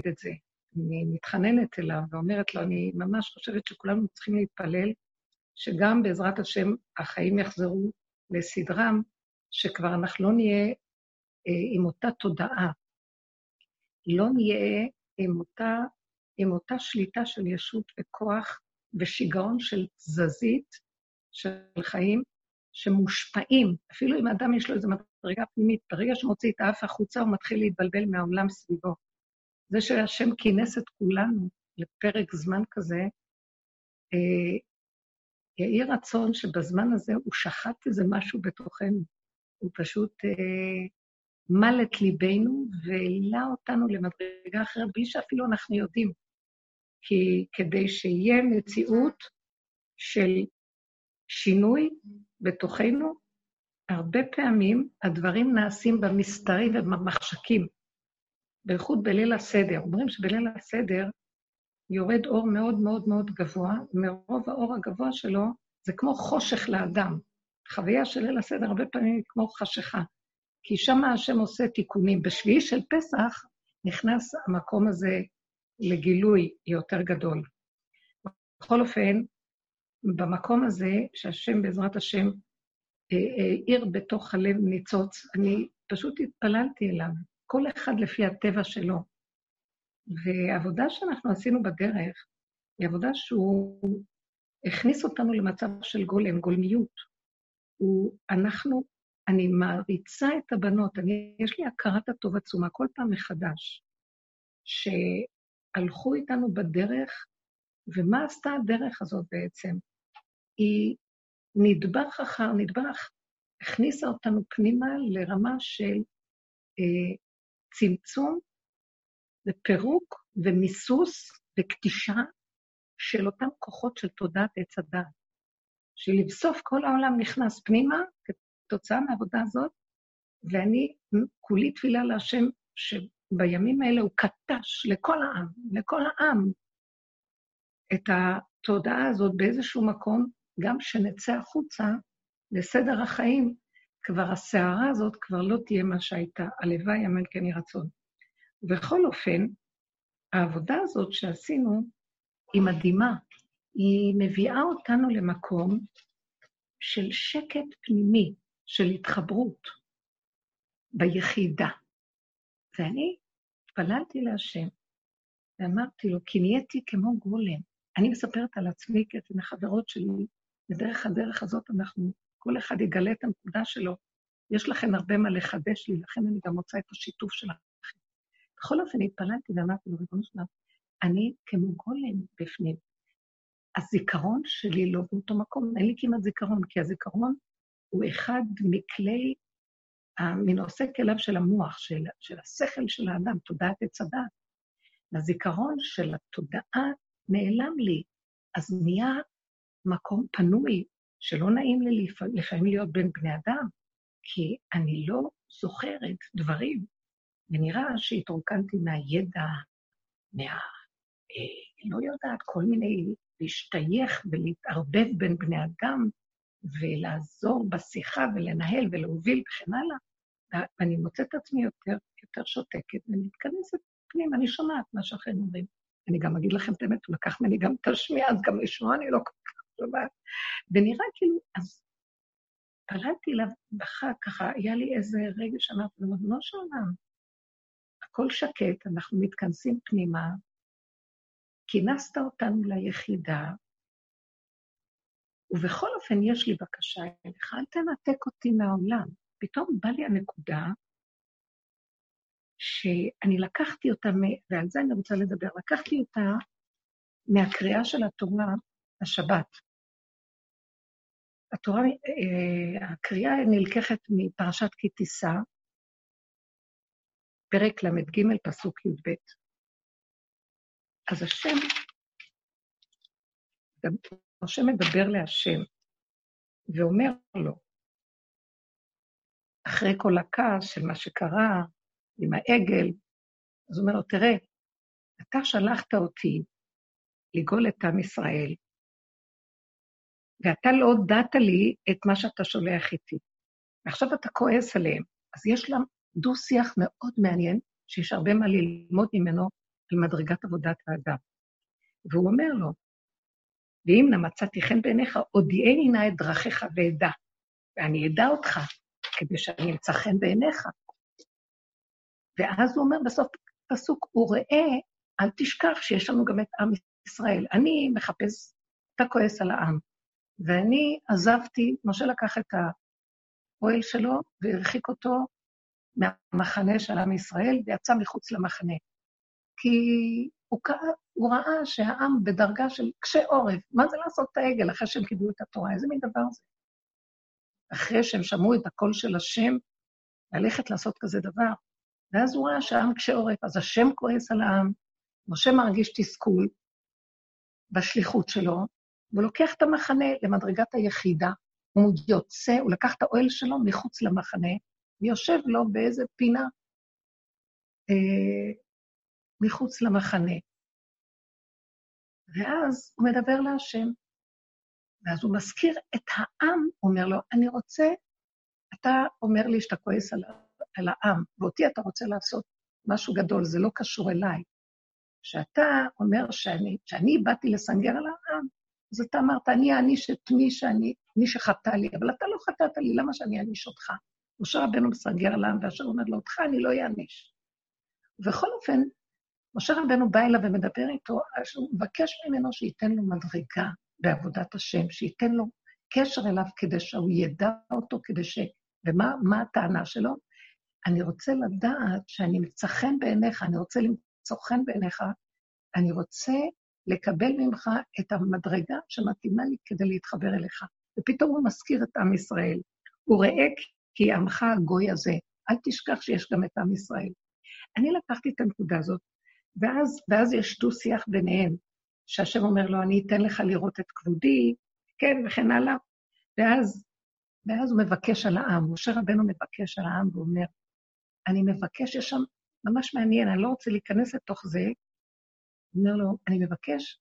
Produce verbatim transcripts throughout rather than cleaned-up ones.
מכבד את זה. אני מתחננת אליו ואומרת לו, אני ממש חושבת שכולנו צריכים להתפלל, שגם בעזרת השם החיים יחזרו לסדרם, שכבר אנחנו לא נהיה אה, עם אותה תודעה, לא נהיה עם אותה, עם אותה שליטה של ישות וכוח ושיגעון של תזזית של חיים, שמושפעים, אפילו אם האדם יש לו איזו מדרגה פנימית, ברגע שמוציא את האף החוצה, הוא מתחיל להתבלבל מהעולם סביבו. זה שהשם כינס את כולנו לפרק זמן כזה, אה, יהי רצון שבזמן הזה הוא שחט איזה משהו בתוכנו, הוא פשוט אה, מל את ליבנו והעלה אותנו למדרגה אחרת, בלי שאפילו אנחנו יודעים, כי כדי שיהיה מציאות של שינוי בתוכנו, הרבה פעמים הדברים נעשים במסתרים ובמחשכים, בייחוד בליל הסדר. אומרים שבליל הסדר יורד אור מאוד מאוד מאוד גבוה, מרוב האור הגבוה שלו זה כמו חושך לאדם. חוויה של ליל הסדר הרבה פעמים היא כמו חשיכה, כי שם השם עושה תיקונים. בשביעי של פסח נכנס המקום הזה לגילוי יותר גדול. בכל אופן, במקום הזה שהשם בעזרת השם עיר בתוך הלב ניצוץ, אני פשוט התפללתי אליו, כל אחד לפי הטבע שלו. והעבודה שאנחנו עשינו בדרך, היא עבודה שהוא הכניס אותנו למצב של גולם, גולמיות. הוא, אנחנו, אני מעריצה את הבנות, אני, יש לי הכרת הטוב עצומה כל פעם מחדש, שהלכו איתנו בדרך, ומה עשתה הדרך הזאת בעצם? היא נדבך אחר נדבך, הכניסה אותנו פנימה לרמה של אה, צמצום ופירוק ומיסוס וקטישה של אותם כוחות של תודעת עץ הדעת. שלבסוף כל העולם נכנס פנימה כתוצאה מהעבודה הזאת, ואני כולי תפילה להשם שבימים האלה הוא קטש לכל העם, לכל העם, את התודעה הזאת באיזשהו מקום, גם שנצא החוצה לסדר החיים, כבר הסערה הזאת כבר לא תהיה מה שהייתה, הלוואי אמן כן יהי רצון. ובכל אופן, העבודה הזאת שעשינו היא מדהימה, היא מביאה אותנו למקום של שקט פנימי, של התחברות ביחידה. ואני התפללתי להשם, ואמרתי לו, כי נהייתי כמו גולם. אני מספרת על עצמי, כי אתן החברות שלי, בדרך הדרך הזאת אנחנו, כל אחד יגלה את הנקודה שלו, יש לכם הרבה מה לחדש לי, לכן אני גם מוצאה את השיתוף שלכם. בכל אופן התפללתי ואמרתי לו, ריבונו שלנו, אני כמו גולם בפנים. הזיכרון שלי לא באותו מקום, אין לי כמעט זיכרון, כי הזיכרון הוא אחד מכלי, מנושא כליו של המוח, של, של השכל של האדם, תודעת עץ הדעת. הזיכרון של התודעה נעלם לי, אז נהיה מקום פנוי, שלא נעים לי לפעמים להיות בין בני אדם, כי אני לא זוכרת דברים, ונראה שהתרוקנתי מהידע, מה... אה, לא יודעת, כל מיני להשתייך ולהתערבב בין בני אדם, ולעזור בשיחה ולנהל ולהוביל וכן הלאה, ואני מוצאת עצמי יותר, יותר שותקת, ומתכנסת פנים, אני שומעת מה שאחרים אומרים. אני גם אגיד לכם את האמת, הוא לקח ממני גם את השמיעה, אז גם לשמוע אני לא כל כך שומעת. ונראה כאילו, אז פלטתי אליו בכה, ככה, היה לי איזה רגע שאמרתי, לא שומע, הכל שקט, אנחנו מתכנסים פנימה, כינסת אותנו ליחידה, ובכל אופן יש לי בקשה אליך, אל תנתק אותי מהעולם. פתאום בא לי הנקודה, שאני לקחתי אותה, ועל זה אני רוצה לדבר, לקחתי אותה מהקריאה של התורה, השבת. התורה, הקריאה נלקחת מפרשת כי תישא, פרק למד ג' פסוק י"ב. אז השם, השם מדבר להשם, ואומר לו, אחרי כל הכעס של מה שקרה, עם העגל, אז הוא אומר לו, תראה, אתה שלחת אותי לגאול את עם ישראל, ואתה לא הודעת לי את מה שאתה שולח איתי. ועכשיו אתה כועס עליהם. אז יש לה דו-שיח מאוד מעניין, שיש הרבה מה ללמוד ממנו, על מדרגת עבודת האדם. והוא אומר לו, ואם נמצאתי חן בעיניך, הודיעני נא את דרכיך ואדע, ואני אדע אותך, כדי שאני אמצא חן בעיניך. ואז הוא אומר בסוף פסוק, הוא ראה, אל תשכח שיש לנו גם את עם ישראל. אני מחפש, אתה כועס על העם, ואני עזבתי, משה לקח את האוהל שלו, והרחיק אותו מהמחנה של עם ישראל, ויצא מחוץ למחנה. כי הוא, הוא ראה שהעם בדרגה של קשה עורף, מה זה לעשות את העגל אחרי שהם קיבלו את התורה? איזה מין דבר זה? אחרי שהם שמעו את הקול של השם, ללכת לעשות כזה דבר. ואז הוא ראה שהעם קשה עורף, אז השם כועס על העם, משה מרגיש תסכול בשליחות שלו, והוא לוקח את המחנה למדרגת היחידה, הוא יוצא, הוא לקח את האוהל שלו מחוץ למחנה, ויושב לו באיזה פינה אה, מחוץ למחנה. ואז הוא מדבר להשם, ואז הוא מזכיר את העם, הוא אומר לו, אני רוצה, אתה אומר לי שאתה כועס על, על העם, ואותי אתה רוצה לעשות משהו גדול, זה לא קשור אליי. שאתה אומר שאני, שאני באתי לסנגר על העם, אז אתה אמרת, אני אעניש את מי שאני, מי שחטא לי, אבל אתה לא חטאת לי, למה שאני אעניש אותך? משה רבנו מסנגר על העם, ואשר אומר לו, אותך אני לא אעניש. ובכל אופן, משה רבנו בא אליו ומדבר איתו, הוא מבקש ממנו שייתן לו מדרגה בעבודת השם, שייתן לו קשר אליו כדי שהוא ידע אותו, כדי ש... ומה מה הטענה שלו? אני רוצה לדעת שאני מצא חן בעיניך, אני רוצה למצוא חן בעיניך, אני רוצה לקבל ממך את המדרגה שמתאימה לי כדי להתחבר אליך. ופתאום הוא מזכיר את עם ישראל. הוא ראה כי עמך הגוי הזה, אל תשכח שיש גם את עם ישראל. אני לקחתי את הנקודה הזאת, ואז, ואז יש דו שיח ביניהם, שהשם אומר לו, אני אתן לך לראות את כבודי, כן, וכן הלאה. ואז, ואז הוא מבקש על העם, משה רבנו מבקש על העם, והוא אומר, אני מבקש, יש שם ממש מעניין, אני לא רוצה להיכנס לתוך זה, הוא אומר לו, אני מבקש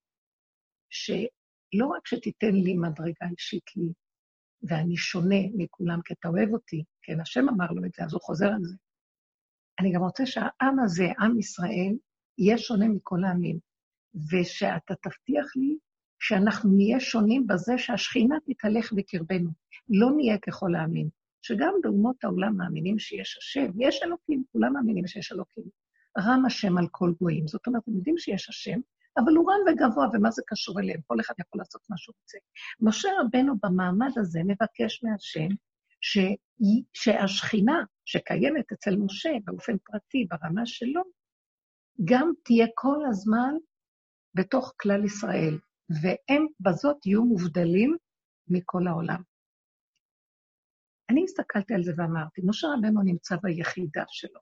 שלא רק שתיתן לי מדרגה אישית לי, ואני שונה מכולם, כי אתה אוהב אותי, כן, השם אמר לו את זה, אז הוא חוזר על זה. אני גם רוצה שהעם הזה, עם ישראל, יהיה שונה מכל העמים, ושאתה תבטיח לי שאנחנו נהיה שונים בזה שהשכינה תתהלך בקרבנו, לא נהיה ככל העמים, שגם באומות העולם מאמינים שיש השם, יש אלוקים, כולם מאמינים שיש אלוקים, רם השם על כל גויים, זאת אומרת, הם יודעים שיש השם, אבל הוא רם וגבוה, ומה זה קשור אליהם? כל אחד יכול לעשות מה שהוא רוצה. משה רבנו במעמד הזה מבקש מהשם, ש... שהשכינה שקיימת אצל משה באופן פרטי, ברמה שלו, גם תהיה כל הזמן בתוך כלל ישראל, והם בזאת יהיו מובדלים מכל העולם. אני הסתכלתי על זה ואמרתי, משה רבנו נמצא ביחידה שלו,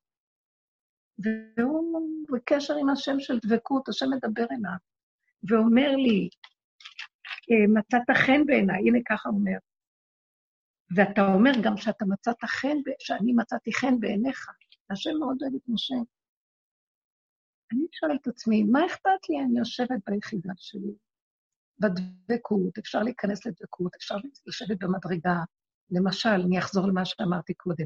והוא בקשר עם השם של דבקות, השם מדבר אליו, ואומר לי, מצאת חן בעיניי, הנה ככה אומר, ואתה אומר גם שאתה מצאת חן, שאני מצאתי חן בעיניך, השם מאוד אוהב את משה. אני שואל את עצמי, מה אכפת לי? אני יושבת ביחידה שלי, בדבקות, אפשר להיכנס לדבקות, אפשר לשבת במדרגה, למשל, אני אחזור למה שאמרתי קודם.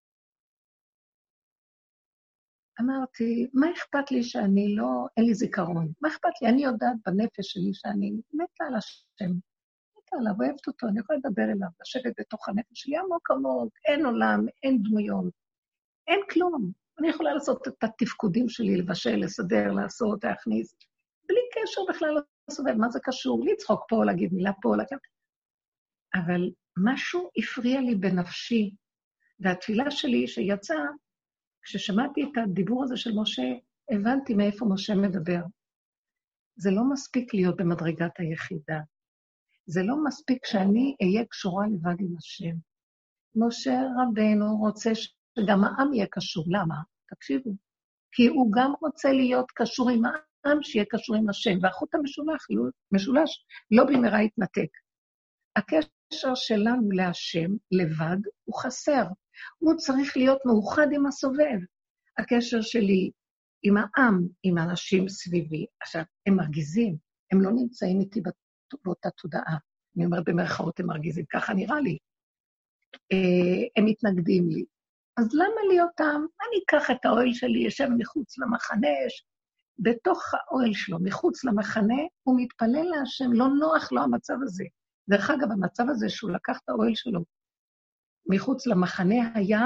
אמרתי, מה אכפת לי שאני לא, אין לי זיכרון? מה אכפת לי? אני יודעת בנפש שלי שאני מתה על השם, מתה עליו, אוהבת אותו, אני יכולה לדבר אליו, לשבת בתוך הנפש שלי, עמוק עמוק, אין עולם, אין דמויות, אין כלום. אני יכולה לעשות את התפקודים שלי, לבשל, לסדר, לעשות, להכניס, בלי קשר בכלל לסובב, מה זה קשור? לצחוק פה, להגיד מילה פה, להגיד... אבל משהו הפריע לי בנפשי, והתפילה שלי שיצאה, כששמעתי את הדיבור הזה של משה, הבנתי מאיפה משה מדבר. זה לא מספיק להיות במדרגת היחידה. זה לא מספיק שאני אהיה קשורה לבד עם השם. משה רבנו רוצה שגם העם יהיה קשור. למה? תקשיבו. כי הוא גם רוצה להיות קשור עם העם, שיהיה קשור עם השם. והחוט המשולש, משולש, לא במהרה יתנתק. הקשר שלנו להשם לבד הוא חסר. הוא צריך להיות מאוחד עם הסובב. הקשר שלי עם העם, עם האנשים סביבי, עכשיו, הם מרגיזים, הם לא נמצאים איתי באותה תודעה. אני אומרת במרכאות הם מרגיזים, ככה נראה לי. הם מתנגדים לי. אז למה לי אותם? אני אקח את האוהל שלי, ישב מחוץ למחנה, בתוך האוהל שלו, מחוץ למחנה, הוא מתפלל להשם, לא נוח לו המצב הזה. דרך אגב, המצב הזה שהוא לקח את האוהל שלו מחוץ למחנה היה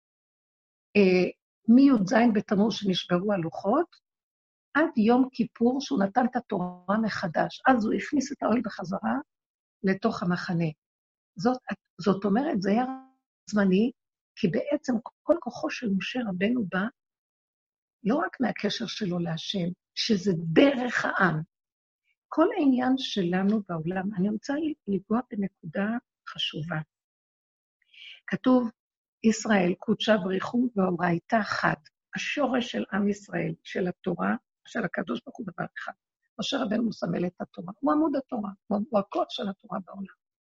אה, מי"ז בתמוז שנשברו הלוחות, עד יום כיפור שהוא נתן את התורה מחדש. אז הוא הכניס את האוהל בחזרה לתוך המחנה. זאת, זאת אומרת, זה היה זמני, כי בעצם כל כוחו של משה רבנו בא, לא רק מהקשר שלו להשם, שזה דרך העם. כל העניין שלנו בעולם, אני רוצה לגוע בנקודה חשובה. כתוב, ישראל קודשה בריחו והאורייתא אחת. השורש של עם ישראל, של התורה, של הקדוש ברוך הוא דבר אחד. משה רבנו מסמל את התורה, הוא עמוד התורה, הוא הכוח של התורה בעולם.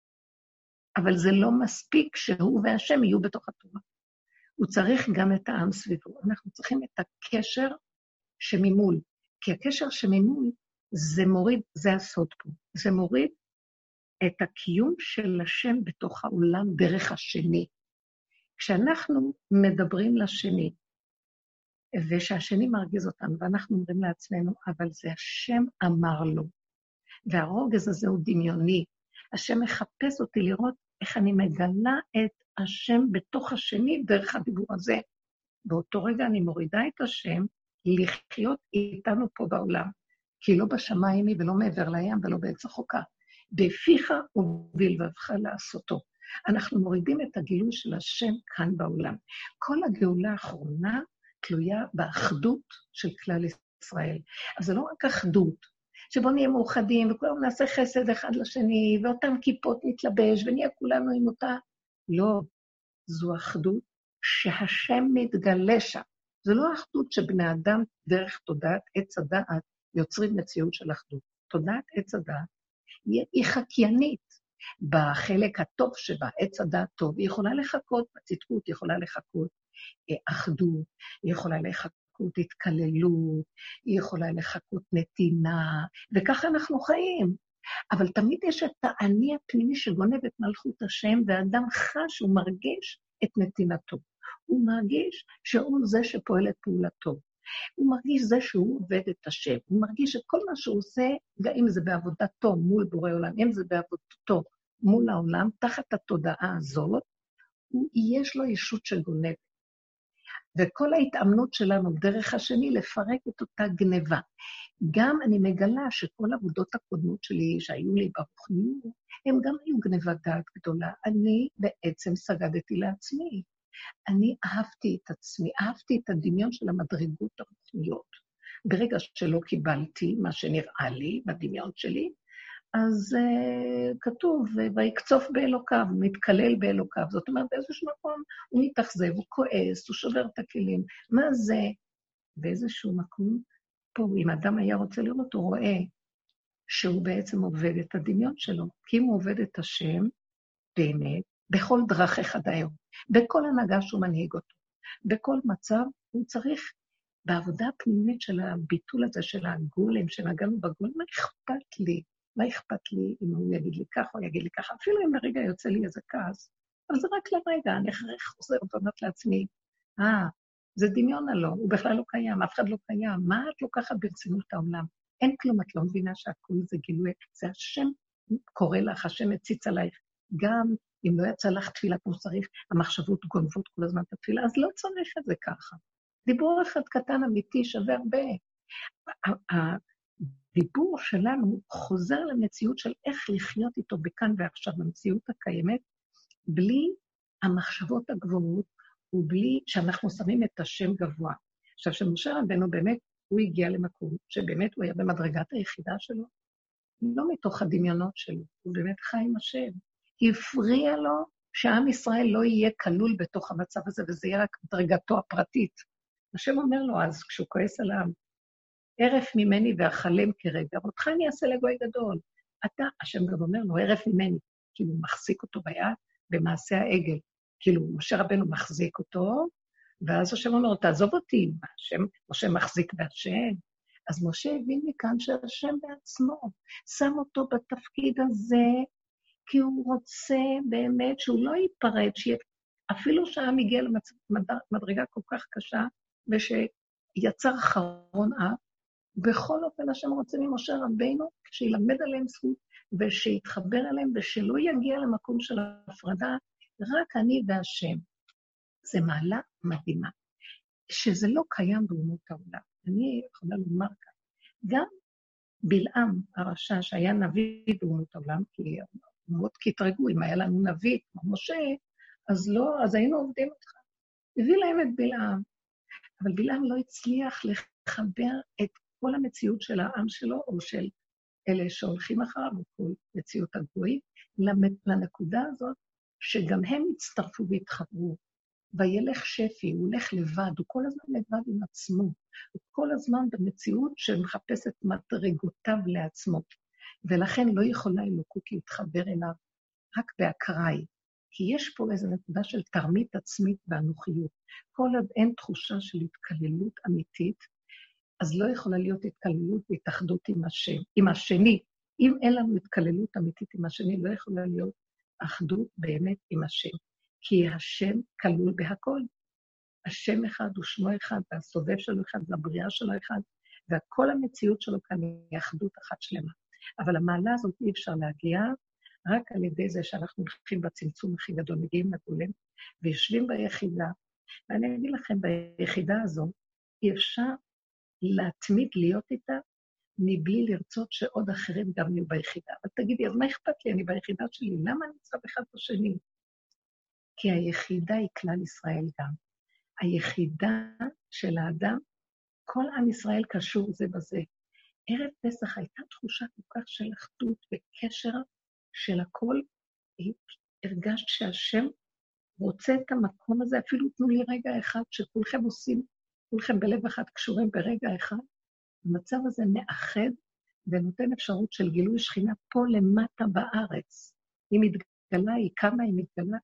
אבל זה לא מספיק שהוא והשם יהיו בתוך התורה. הוא צריך גם את העם סביבו. אנחנו צריכים את הקשר שממול, כי הקשר שממול זה מוריד, זה הסוד פה, זה מוריד את הקיום של השם בתוך העולם דרך השני. כשאנחנו מדברים לשני, ושהשני מרגיז אותנו, ואנחנו אומרים לעצמנו, אבל זה השם אמר לו, והרוגז הזה הוא דמיוני. השם מחפש אותי לראות איך אני מגלה את השם בתוך השני דרך הדיבור הזה. באותו רגע אני מורידה את השם לחיות איתנו פה בעולם, כי לא בשמיים היא ולא מעבר לים ולא בעץ החוקה. בפיך ובלבבך לעשותו. אנחנו מורידים את הגילוי של השם כאן בעולם. כל הגאולה האחרונה תלויה באחדות של כלל ישראל. אז זה לא רק אחדות, שבו נהיה מאוחדים וכולנו נעשה חסד אחד לשני, ואותם כיפות נתלבש ונהיה כולנו עם אותה. לא, זו אחדות שהשם מתגלה שם. זה לא אחדות שבני אדם דרך תודעת עץ הדעת יוצרים מציאות של אחדות. תודעת עץ הדעת היא חקיינית בחלק הטוב שבה, עץ הדעת טוב. היא יכולה לחכות בצדקות, היא יכולה לחכות אחדות, היא יכולה לחכות התקללות, היא יכולה לחכות נתינה, וככה אנחנו חיים. אבל תמיד יש את האני הפנימי שגונב את מלכות השם, והאדם חש, הוא מרגיש את נתינתו. הוא מרגיש שהוא זה שפועל את פעולתו. הוא מרגיש זה שהוא עובד את השם. הוא מרגיש את כל מה שהוא עושה, גם אם זה בעבודתו מול בורא עולם, אם זה בעבודתו מול העולם, תחת התודעה הזאת, הוא, יש לו ישות שגונבת. וכל ההתאמנות שלנו דרך השני לפרק את אותה גניבה. גם אני מגלה שכל עבודות הקודמות שלי שהיו לי ברוחניות, הם גם היו גניבת דעת גדולה. אני בעצם סגדתי לעצמי. אני אהבתי את עצמי, אהבתי את הדמיון של המדרגות הרוחניות. ברגע שלא קיבלתי מה שנראה לי בדמיון שלי, אז uh, כתוב, ויקצוף באלוקיו, הוא מתקלל באלוקיו. זאת אומרת, באיזשהו מקום הוא מתאכזב, הוא כועס, הוא שובר את הכלים. מה זה? באיזשהו מקום, פה, אם אדם היה רוצה לראות, הוא רואה שהוא בעצם עובד את הדמיון שלו. כי אם הוא עובד את השם, באמת, בכל דרך אחד היום, בכל הנהגה שהוא מנהיג אותו, בכל מצב, הוא צריך, בעבודה הפנימית של הביטול הזה, של הגולם, שנגענו בגולם, מה אכפת לי? מה אכפת לי אם הוא יגיד לי ככה או יגיד לי ככה? אפילו אם לרגע יוצא לי איזה כעס, אבל זה רק לרגע, אני אחרי חוזר ואומרת לעצמי, אה, זה דמיון הלא, הוא בכלל לא קיים, אף אחד לא קיים, מה את לוקחת ברצינות העולם? אין כלום, את לא מבינה שהכל זה גילוי, זה השם קורא לך, השם הציץ עלייך, גם אם לא יצא לך תפילה כמו שצריך, המחשבות גונבות כל הזמן את התפילה, אז לא צריך את זה ככה. דיבור אחד קטן אמיתי שווה הרבה. הדיבור שלנו חוזר למציאות של איך לחיות איתו בכאן ועכשיו, במציאות הקיימת, בלי המחשבות הגבוהות, ובלי שאנחנו שמים את השם גבוה. עכשיו, שמשה רבנו באמת, הוא הגיע למקום שבאמת הוא היה במדרגת היחידה שלו, לא מתוך הדמיונות שלו, הוא באמת חי עם השם. הפריע לו שעם ישראל לא יהיה כלול בתוך המצב הזה, וזה יהיה רק דרגתו הפרטית. השם אומר לו אז, כשהוא כועס על העם, ערף ממני ואכלם כרגע, ואותך אני אעשה לגוי גדול. אתה, השם גם אומר לו, ערף ממני, כאילו הוא מחזיק אותו ביד במעשה העגל. כאילו, משה רבנו מחזיק אותו, ואז השם אומר, תעזוב אותי, השם, משה מחזיק בהשם. אז משה הבין מכאן שהשם בעצמו שם אותו בתפקיד הזה, כי הוא רוצה באמת שהוא לא ייפרד, אפילו שהעם הגיע למדרגה כל כך קשה, ושיצר חרון אף, בכל אופן, השם רוצה ממשה רבינו, שילמד עליהם זכות, ושיתחבר עליהם, ושלא יגיע למקום של הפרדה, רק אני והשם. זה מעלה מדהימה, שזה לא קיים באומות העולם. אני יכולה לומר כאן, גם בלעם הרשע, שהיה נביא באומות העולם, כי אומות כתרגו, אם היה לנו נביא, כמו משה, אז לא, אז היינו עובדים אותך. הביא להם את בלעם, אבל בלעם לא הצליח לחבר את כל המציאות של העם שלו, או של אלה שהולכים אחריו, או כל מציאות הגויים, לנקודה הזאת, שגם הם הצטרפו והתחברו, וילך שפי, הוא הולך לבד, הוא כל הזמן לבד עם עצמו, הוא כל הזמן במציאות שמחפשת מדרגותיו לעצמו, ולכן לא יכולה אלוקות להתחבר אליו, רק באקראי, כי יש פה איזו נקודה של תרמית עצמית ואנוכיות, כל עוד אין תחושה של התקללות אמיתית, אז לא יכולה להיות התקללות והתאחדות עם השם, עם השני. אם אין לנו התקללות אמיתית עם השני, לא יכולה להיות אחדות באמת עם השם. כי השם כלול בהכל. השם אחד הוא שמו אחד, והסובב שלו אחד, והבריאה שלו אחד, וכל המציאות שלו כאן היא אחדות אחת שלמה. אבל המעלה הזאת אי אפשר להגיע, רק על ידי זה שאנחנו הולכים בצמצום הכי גדול, מגיעים לגולם, ויושבים ביחידה. ואני אגיד לכם, ביחידה הזו, אי אפשר להתמיד להיות איתה, מבלי לרצות שעוד אחרים גם יהיו ביחידה. אבל תגידי, אז מה אכפת לי? אני ביחידה שלי, למה אני נמצא אחד בשני? כי היחידה היא כלל ישראל גם. היחידה של האדם, כל עם ישראל קשור זה בזה. ערב פסח הייתה תחושה כל כך של אחדות וקשר של הכל. הרגשת שהשם רוצה את המקום הזה, אפילו תנו לי רגע אחד שכולכם עושים, כולכם בלב אחד קשורים ברגע אחד, המצב הזה מאחד ונותן אפשרות של גילוי שכינה פה למטה בארץ. היא מתגלה, היא כמה היא מתגלה,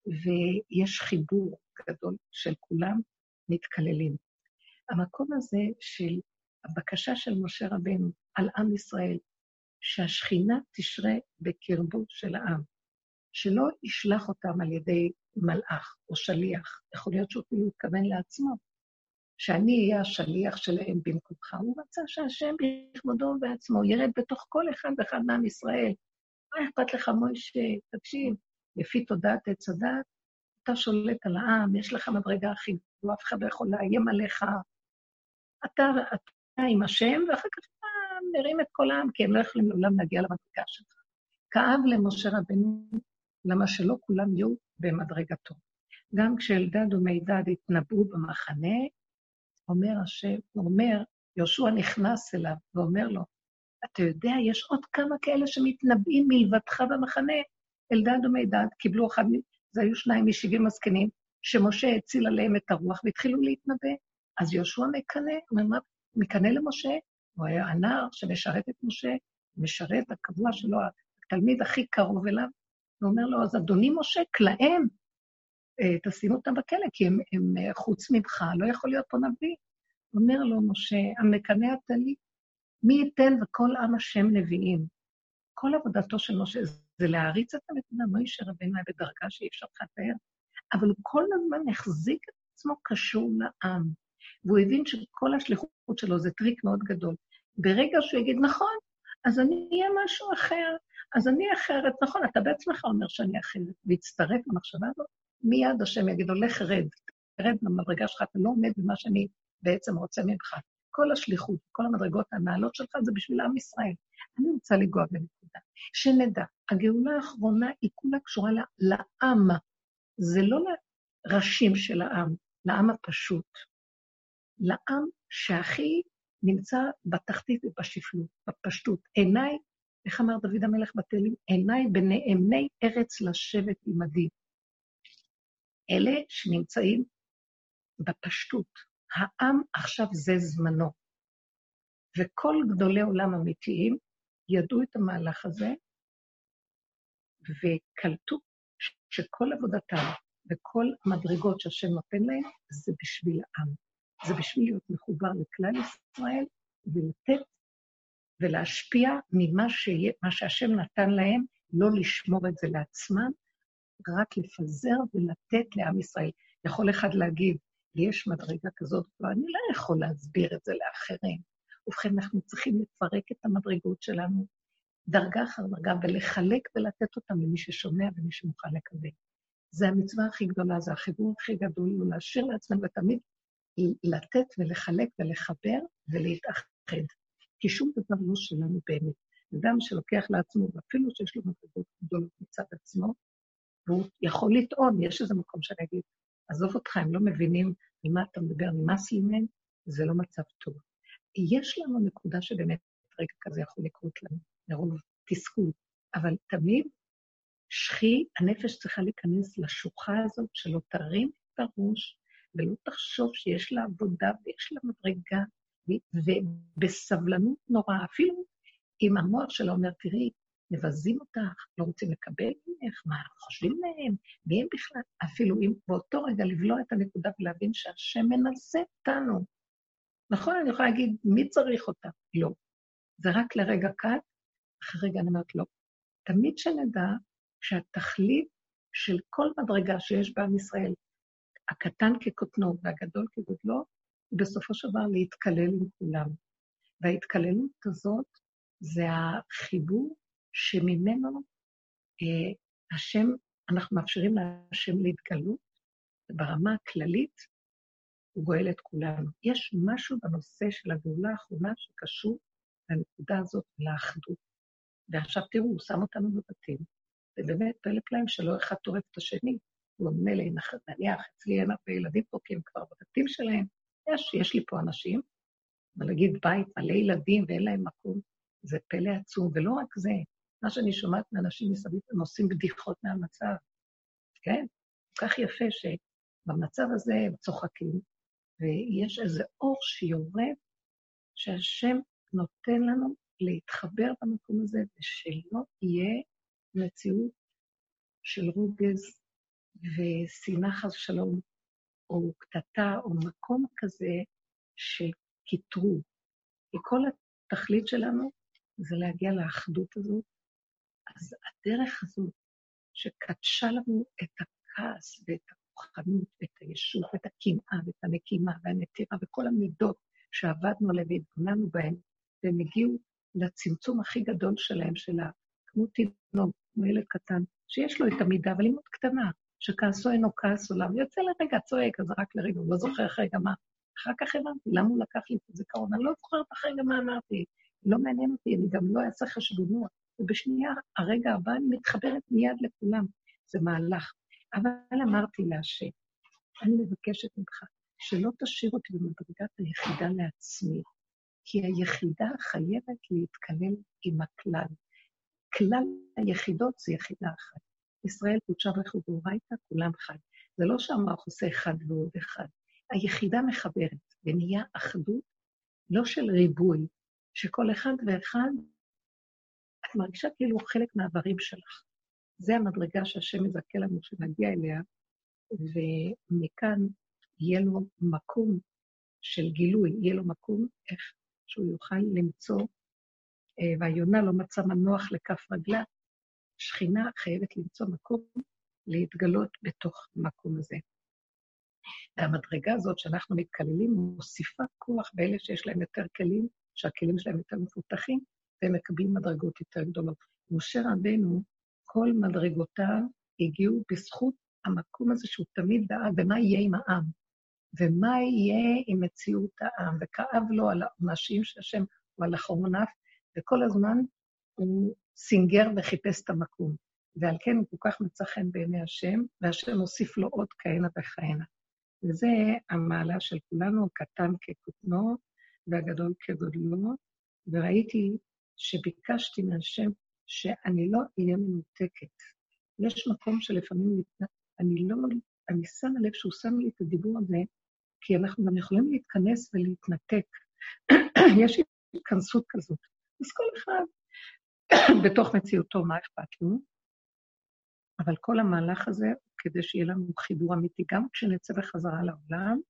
ויש חיבור גדול של כולם מתקללים. המקום הזה של הבקשה של משה רבנו על עם ישראל, שהשכינה תשרה בקרבו של העם, שלא ישלח אותם על ידי מלאך או שליח, יכול להיות שהוא אפילו התכוון לעצמו, שאני אהיה השליח שלהם במקומך. הוא רצה שהשם בכבודו בעצמו ירד בתוך כל אחד ואחד מעם ישראל. מה אכפת לך מוישה? תקשיב, לפי תודעת עץ הדת, אתה שולט על העם, יש לך מדרגה הכי גבוהה, אף אחד לא יכול לאיים עליך. אתה, אתה עם השם, ואחר כך אתה מרים את כל העם, כי הם לא יכולים לעולם להגיע למדרגה שלך. כאב למשה רבנו, למה שלא כולם יהיו במדרגתו. גם כשאלדד ומידד התנבאו במחנה, אומר השם, הוא אומר, יהושע נכנס אליו ואומר לו, אתה יודע, יש עוד כמה כאלה שמתנבאים מלבדך במחנה, אלדד ומידד, קיבלו אחד, זה היו שניים משבעים הזקנים, שמשה הציל עליהם את הרוח והתחילו להתנבא. אז יהושע מקנה, הוא אומר, מקנה למשה, הוא היה הנער שמשרת את משה, משרת הקבוע שלו, התלמיד הכי קרוב אליו, הוא אומר לו, אז אדוני משה, כלהם, תשים אותם בכלא, כי הם, הם חוץ ממך, לא יכול להיות פה נביא. אומר לו משה, המקנה אתה לי, מי ייתן וכל עם השם נביאים. כל עבודתו של משה זה להריץ את המדינה, מוישה רבנו היה בדרגה שאי אפשר לתאר, אבל הוא כל הזמן החזיק את עצמו קשור לעם, והוא הבין שכל השליחות שלו זה טריק מאוד גדול. ברגע שהוא יגיד, נכון, אז אני אהיה משהו אחר, אז אני אחרת, נכון, אתה בעצמך אומר שאני אחרת, והצטרף למחשבה הזאת, מיד השם יגיד, הולך רד, רד במדרגה שלך, אתה לא עומד במה שאני בעצם רוצה ממך. כל השליחות, כל המדרגות הנעלות שלך, זה בשביל עם ישראל. אני רוצה לגוע בנקודה. שנדע, הגאולה האחרונה היא כולה קשורה לעם, זה לא לראשים של העם, לעם הפשוט. לעם שהכי נמצא בתחתית ובשפלות, בפשטות. עיניי, איך אמר דוד המלך בתהילים, עיניי בנאמני ארץ לשבת עמדי. אלה שנמצאים בפשטות. העם עכשיו זה זמנו. וכל גדולי עולם אמיתיים ידעו את המהלך הזה, וקלטו שכל עבודתם וכל המדרגות שהשם נותן להם, זה בשביל העם. זה בשביל להיות מחובר לכלל ישראל, ולתת ולהשפיע ממה שיה, מה שהשם נתן להם, לא לשמור את זה לעצמם, רק לפזר ולתת לעם ישראל. יכול אחד להגיד, יש מדרגה כזאת, ואני לא יכול להסביר את זה לאחרים. ובכן, אנחנו צריכים לפרק את המדרגות שלנו, דרגה אחר דרגה, ולחלק ולתת אותם למי ששומע ומי שמוכן לקבל. זה המצווה הכי גדולה, זה החיבור הכי גדול, הוא להשאיר לעצמנו ותמיד לתת ולחלק ולחבר ולהתאחד. כי שום דבר לא שלנו באמת. אדם שלוקח לעצמו, ואפילו שיש לו מדרגות גדולות מצד עצמו, והוא יכול לטעון, יש איזה מקום שאני אגיד, עזוב אותך, הם לא מבינים ממה אתה מדבר, נמאס לי מהם, זה לא מצב טוב. יש לנו נקודה שבאמת רגע כזה יכול לקרות לנו, לרוב תסכול, אבל תמיד שכי, הנפש צריכה להיכנס לשוחה הזאת, שלא תרים את הראש, ולא תחשוב שיש לה עבודה ויש לה מדרגה, ובסבלנות נורא, אפילו אם המוח שלה אומר, תראי, מבזים אותך, לא רוצים לקבל ממך, מה חושבים מהם, מי הם בכלל, אפילו אם באותו רגע לבלוע את הנקודה ולהבין שהשם מנסה אותנו. נכון, אני יכולה להגיד, מי צריך אותה? לא. זה רק לרגע קט, אחרי רגע אני אומרת, לא. תמיד שנדע שהתכלית של כל מדרגה שיש בעם ישראל, הקטן כקוטנו והגדול כגודלו, בסופו של דבר להתקלל עם כולם. וההתקללות הזאת זה החיבור שממנו אה, השם, אנחנו מאפשרים להשם להתגלות, ברמה הכללית הוא גואל את כולנו. יש משהו בנושא של הגאולה האחרונה שקשור לנקודה הזאת, לאחדות. ועכשיו תראו, הוא שם אותנו בבתים, ובאמת פלא פלאים שלא אחד טורף את השני, הוא עונה לי, נניח, אצלי אין הרבה ילדים פה, כי הם כבר בבתים שלהם, יש, יש לי פה אנשים, אבל להגיד בית מלא ילדים ואין להם מקום, זה פלא עצום, ולא רק זה, מה שאני שומעת מאנשים מסביב, הם עושים בדיחות מהמצב, כן? כל כך יפה שבמצב הזה הם צוחקים, ויש איזה אור שיורד, שהשם נותן לנו להתחבר במקום הזה, ושלא יהיה מציאות של רוגז ושנאה חס שלום, או קטטה, או מקום כזה של קיטרוג. וכל התכלית שלנו זה להגיע לאחדות הזאת. אז הדרך הזאת שקדשה לנו את הכעס ואת הכוחנות ואת הישות ואת הקנאה ואת הנקימה והנטירה וכל המידות שעבדנו עליהם והתבוננו בהם, והם הגיעו לצמצום הכי גדול שלהם, שלה, כמו תינוק, כמו ילד קטן, שיש לו את המידה, אבל היא מאוד קטנה, שכעסו אינו כעס עולם, יוצא לרגע צועק, אז רק לרגע, הוא לא זוכר אחרי גם מה. אחר כך הבנתי, למה הוא לקח לי את הזיכרון? אני לא זוכרת אחרי גם מה אמרתי, לא מעניין אותי, אני גם לא אעשה חשבונות, ובשנייה, הרגע הבא אני מתחברת מיד לכולם, זה מהלך. אבל אמרתי להשם, אני מבקשת ממך, שלא תשאיר אותי במדרגת היחידה לעצמי, כי היחידה חייבת להתקלל עם הכלל. כלל היחידות זה יחידה אחת. ישראל קודשה בריך ודאורייתא, כולם חי. זה לא שהמוח עושה אחד ועוד אחד. היחידה מחברת, ונהיה אחדות, לא של ריבוי, שכל אחד ואחד, את מרגישה כאילו חלק מהעברים שלך. זה המדרגה שהשם מזכה לנו שנגיע אליה, ומכאן יהיה לו מקום של גילוי, יהיה לו מקום איך שהוא יוכל למצוא, והיונה לא מצא מנוח לכף רגלה, שכינה חייבת למצוא מקום להתגלות בתוך המקום הזה. והמדרגה הזאת שאנחנו מתקללים מוסיפה כוח באלה שיש להם יותר כלים, שהכלים שלהם יותר מפותחים, והם מקבלים מדרגות יותר גדולות. משה רבנו, כל מדרגותיו הגיעו בזכות המקום הזה שהוא תמיד דאג, ומה יהיה עם העם, ומה יהיה עם מציאות העם, וכאב לו על האנשים שהשם הוא על אחרונף, וכל הזמן הוא סינגר וחיפש את המקום. ועל כן הוא כל כך מצא חן בעיני השם, והשם הוסיף לו עוד כהנה וכהנה. וזה המעלה של כולנו, הקטן כקוטנו, והגדול כגודלו, וראיתי שביקשתי מהשם שאני לא אהיה מנותקת. יש מקום שלפעמים אני לא, אני שם לב שהוא שם לי את הדיבור הזה, כי אנחנו גם יכולים להתכנס ולהתנתק. יש התכנסות כזאת. אז כל אחד בתוך מציאותו, מה אכפת לו? אבל כל המהלך הזה, כדי שיהיה לנו חיבור אמיתי, גם כשנצא בחזרה לעולם,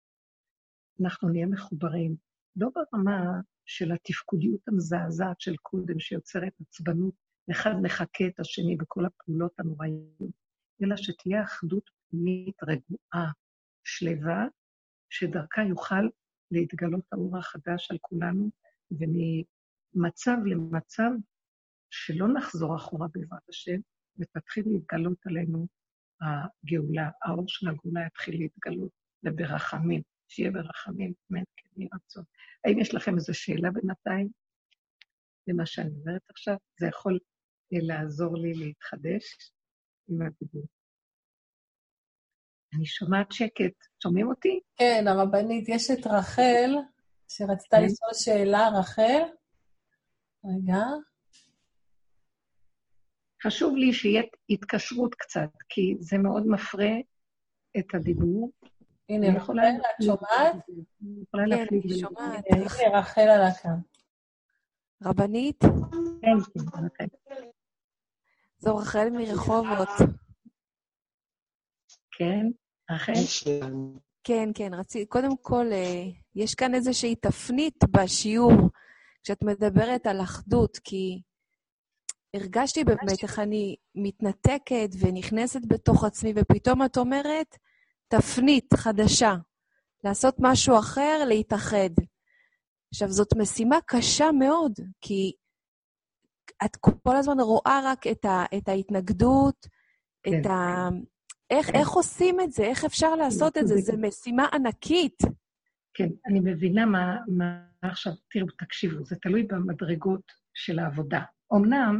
אנחנו נהיה מחוברים. לא ברמה של התפקודיות המזעזעת של קודם, שיוצרת עצבנות, אחד מחכה את השני בכל הפעולות הנוראיות, אלא שתהיה אחדות פנימית רגועה, שלווה, שדרכה יוכל להתגלות האור החדש על כולנו, וממצב למצב שלא נחזור אחורה בעזרת השם, ותתחיל להתגלות עלינו הגאולה, האור של הגאולה יתחיל להתגלות, וברחמים, שיהיה ברחמים, אמן, כן, יהי רצון. האם יש לכם איזו שאלה בינתיים? למה שאני אומרת עכשיו, זה יכול לעזור לי להתחדש עם הדיבור. אני שומעת שקט, שומעים אותי? כן, הרבנית, יש את רחל, שרצתה לשאול שאלה, רחל. רגע. חשוב לי שיהיה התקשרות קצת, כי זה מאוד מפרה את הדיבור. הנה, רחל, את שומעת? כן, אני שומעת. הנה, רחל על הקו. רבנית? כן, כן, רחל. זו רחל מרחובות. כן, רחל? כן, כן, רציתי, קודם כל, יש כאן איזושהי תפנית בשיעור, כשאת מדברת על אחדות, כי הרגשתי באמת איך אני מתנתקת ונכנסת בתוך עצמי, ופתאום את אומרת, תפנית חדשה, לעשות משהו אחר, להתאחד. עכשיו, זאת משימה קשה מאוד, כי את כל הזמן רואה רק את, ה, את ההתנגדות, כן. את ה... איך, איך עושים את זה? איך אפשר לעשות את זה? זו משימה ענקית. כן, אני מבינה מה, מה עכשיו, תראו, תקשיבו, זה תלוי במדרגות של העבודה. אמנם,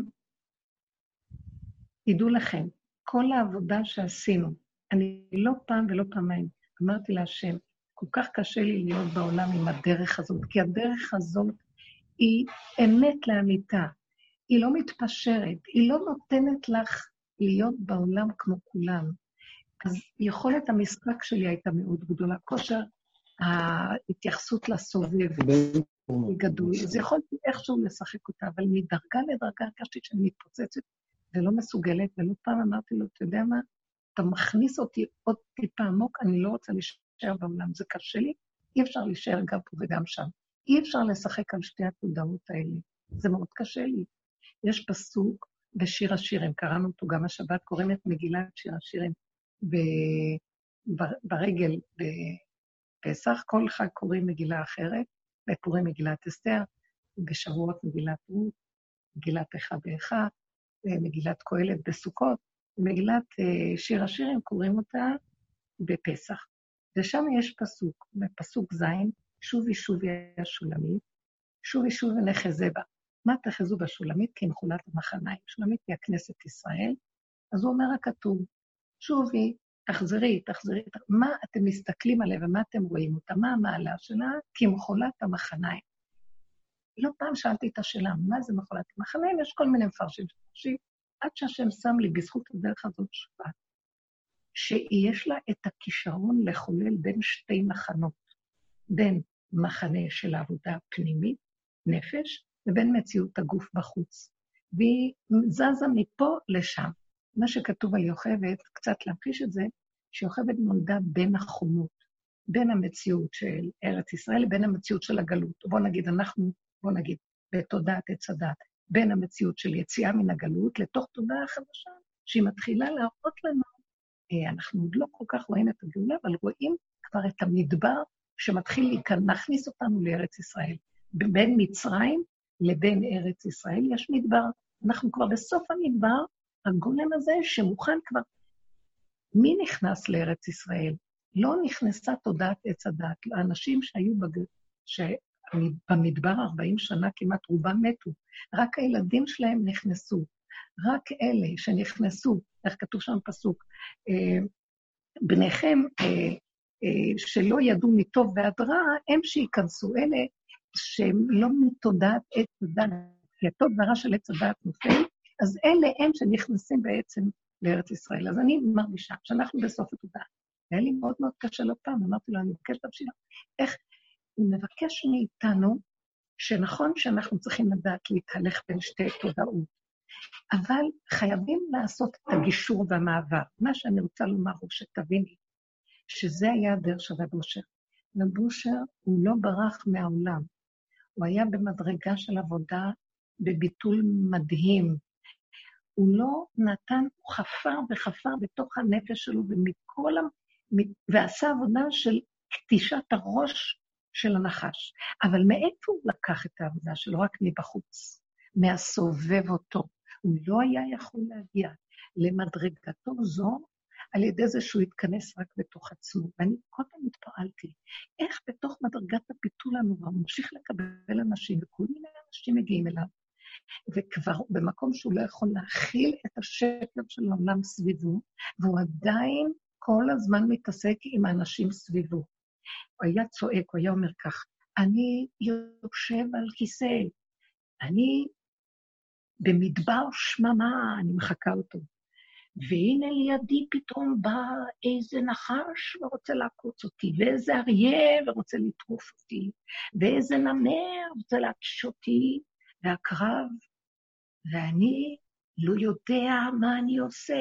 תדעו לכם, כל העבודה שעשינו, אני לא פעם ולא פעמיים, אמרתי להשם, כל כך קשה לי להיות בעולם עם הדרך הזאת, כי הדרך הזאת היא אמת לאמיתה, היא לא מתפשרת, היא לא נותנת לך להיות בעולם כמו כולם. אז יכולת המשחק שלי הייתה מאוד גדולה, כושר ההתייחסות לסובב היא גדול, אז יכולתי איכשהו לשחק אותה, אבל מדרגה לדרגה הרגשתי שאני מתפוצצת ולא מסוגלת, ולא פעם אמרתי לו, אתה יודע מה, אתה מכניס אותי עוד טיפה עמוק, אני לא רוצה להישאר בעולם, זה קשה לי, אי אפשר להישאר גם פה וגם שם, אי אפשר לשחק על שתי התודעות האלה, זה מאוד קשה לי. יש פסוק בשיר השירים, קראנו אותו גם השבת, קוראים את מגילת שיר השירים, ברגל בפסח, כל חג קוראים מגילה אחרת, בפורים מגילת אסתר, בשבועות מגילת רות, מגילת איכה באיכה, מגילת קהלת בסוכות, מגילת שיר השירים קוראים אותה בפסח. ושם יש פסוק, בפסוק זין, שובי שובי השולמית, שובי שובי נחזה בה. מה תחזו בשולמית? כי מחולת המחניים. שולמית היא הכנסת ישראל, אז הוא אומר הכתוב, שובי, תחזרי, תחזרי, תח... מה אתם מסתכלים עליה ומה אתם רואים אותה? מה המעלה שלה? כי מחולת המחניים. לא פעם שאלתי את השאלה, מה זה מחולת המחניים? יש כל מיני מפרשים שפרשים, עד שהשם שם לי בזכות הדרך הזאת שבת, שיש לה את הכישרון לחולל בין שתי מחנות, בין מחנה של העבודה הפנימית, נפש, לבין מציאות הגוף בחוץ. והיא זזה מפה לשם. מה שכתוב על יוכבד, קצת להמחיש את זה, שיוכבד נולדה בין החומות, בין המציאות של ארץ ישראל לבין המציאות של הגלות. בוא נגיד, אנחנו, בוא נגיד, בתודעת עץ הדת, בין המציאות של יציאה מן הגלות לתוך תודעה חדשה, שהיא מתחילה להראות לנו, אנחנו עוד לא כל כך רואים את הגאולה, אבל רואים כבר את המדבר שמתחיל להכניס אותנו לארץ ישראל. בין מצרים לבין ארץ ישראל יש מדבר. אנחנו כבר בסוף המדבר, הגולם הזה שמוכן כבר... מי נכנס לארץ ישראל? לא נכנסה תודעת עץ הדת. האנשים שהיו בג... ש... במדבר ארבעים שנה כמעט רובם מתו. רק הילדים שלהם נכנסו. רק אלה שנכנסו, איך כתוב שם פסוק, בניכם שלא ידעו מטוב ועד רע, הם שיכנסו. אלה שהם לא מתודעת עץ הדת, כי הטוב והרע של עץ הדת נופל, אז אלה הם שנכנסים בעצם לארץ ישראל. אז אני מרגישה שאנחנו בסוף התודעה. היה לי מאוד מאוד קשה לא פעם, אמרתי לו, אני מבקש תבשילה. איך הוא מבקש מאיתנו, שנכון שאנחנו צריכים לדעת להתהלך בין שתי תודעות, אבל חייבים לעשות את הגישור והמעבר. מה שאני רוצה לומר הוא שתביני, שזה היה הדרך של רב אושר. רב אושר הוא לא ברח מהעולם, הוא היה במדרגה של עבודה, בביטול מדהים. הוא לא נתן, הוא חפר וחפר בתוך הנפש שלו, ומכל ה... ועשה עבודה של קטישת הראש של הנחש. אבל מאיפה הוא לקח את העבודה שלו? רק מבחוץ, מהסובב אותו. הוא לא היה יכול להגיע למדרגתו זו, על ידי זה שהוא יתכנס רק בתוך עצמו. ואני כל פעם התפעלתי, איך בתוך מדרגת הביטול הנורא, הוא ממשיך לקבל אנשים, וכל מיני אנשים מגיעים אליו, וכבר במקום שהוא לא יכול להכיל את השקר של העולם סביבו, והוא עדיין כל הזמן מתעסק עם האנשים סביבו. הוא היה צועק, הוא היה אומר כך, אני יושב על כיסא, אני במדבר שממה, אני מחכה אותו. והנה לידי פתאום בא איזה נחש ורוצה לעקוץ אותי, ואיזה אריה ורוצה לטרוף אותי, ואיזה נמר ורוצה להקש אותי, והקרב, ואני לא יודע מה אני עושה.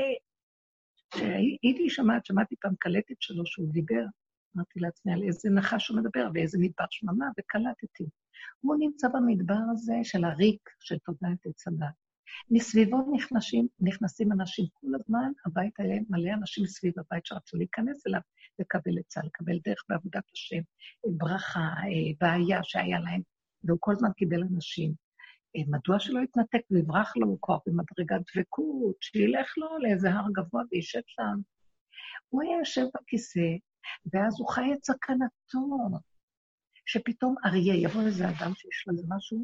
הייתי שמעת, שמעתי פעם קלטת שלו שהוא דיבר, אמרתי לעצמי על איזה נחש הוא מדבר, ואיזה מדבר שממה, וקלטתי. הוא נמצא במדבר הזה של הריק, של תודעת עץ הדת. מסביבו נכנסים, נכנסים אנשים כל הזמן, הבית האלה מלא אנשים סביב הבית שרצו להיכנס אליו, לקבל עצה, לקבל דרך בעבודת השם, ברכה, בעיה שהיה להם, והוא כל הזמן קיבל אנשים. מדוע שלא יתנתק ויברח לו כוח במדרגת דבקות, שילך לו לאיזה הר גבוה וישב שם. הוא היה יושב בכיסא, ואז הוא חי את סכנתו, שפתאום אריה, יבוא איזה אדם שיש לו איזה משהו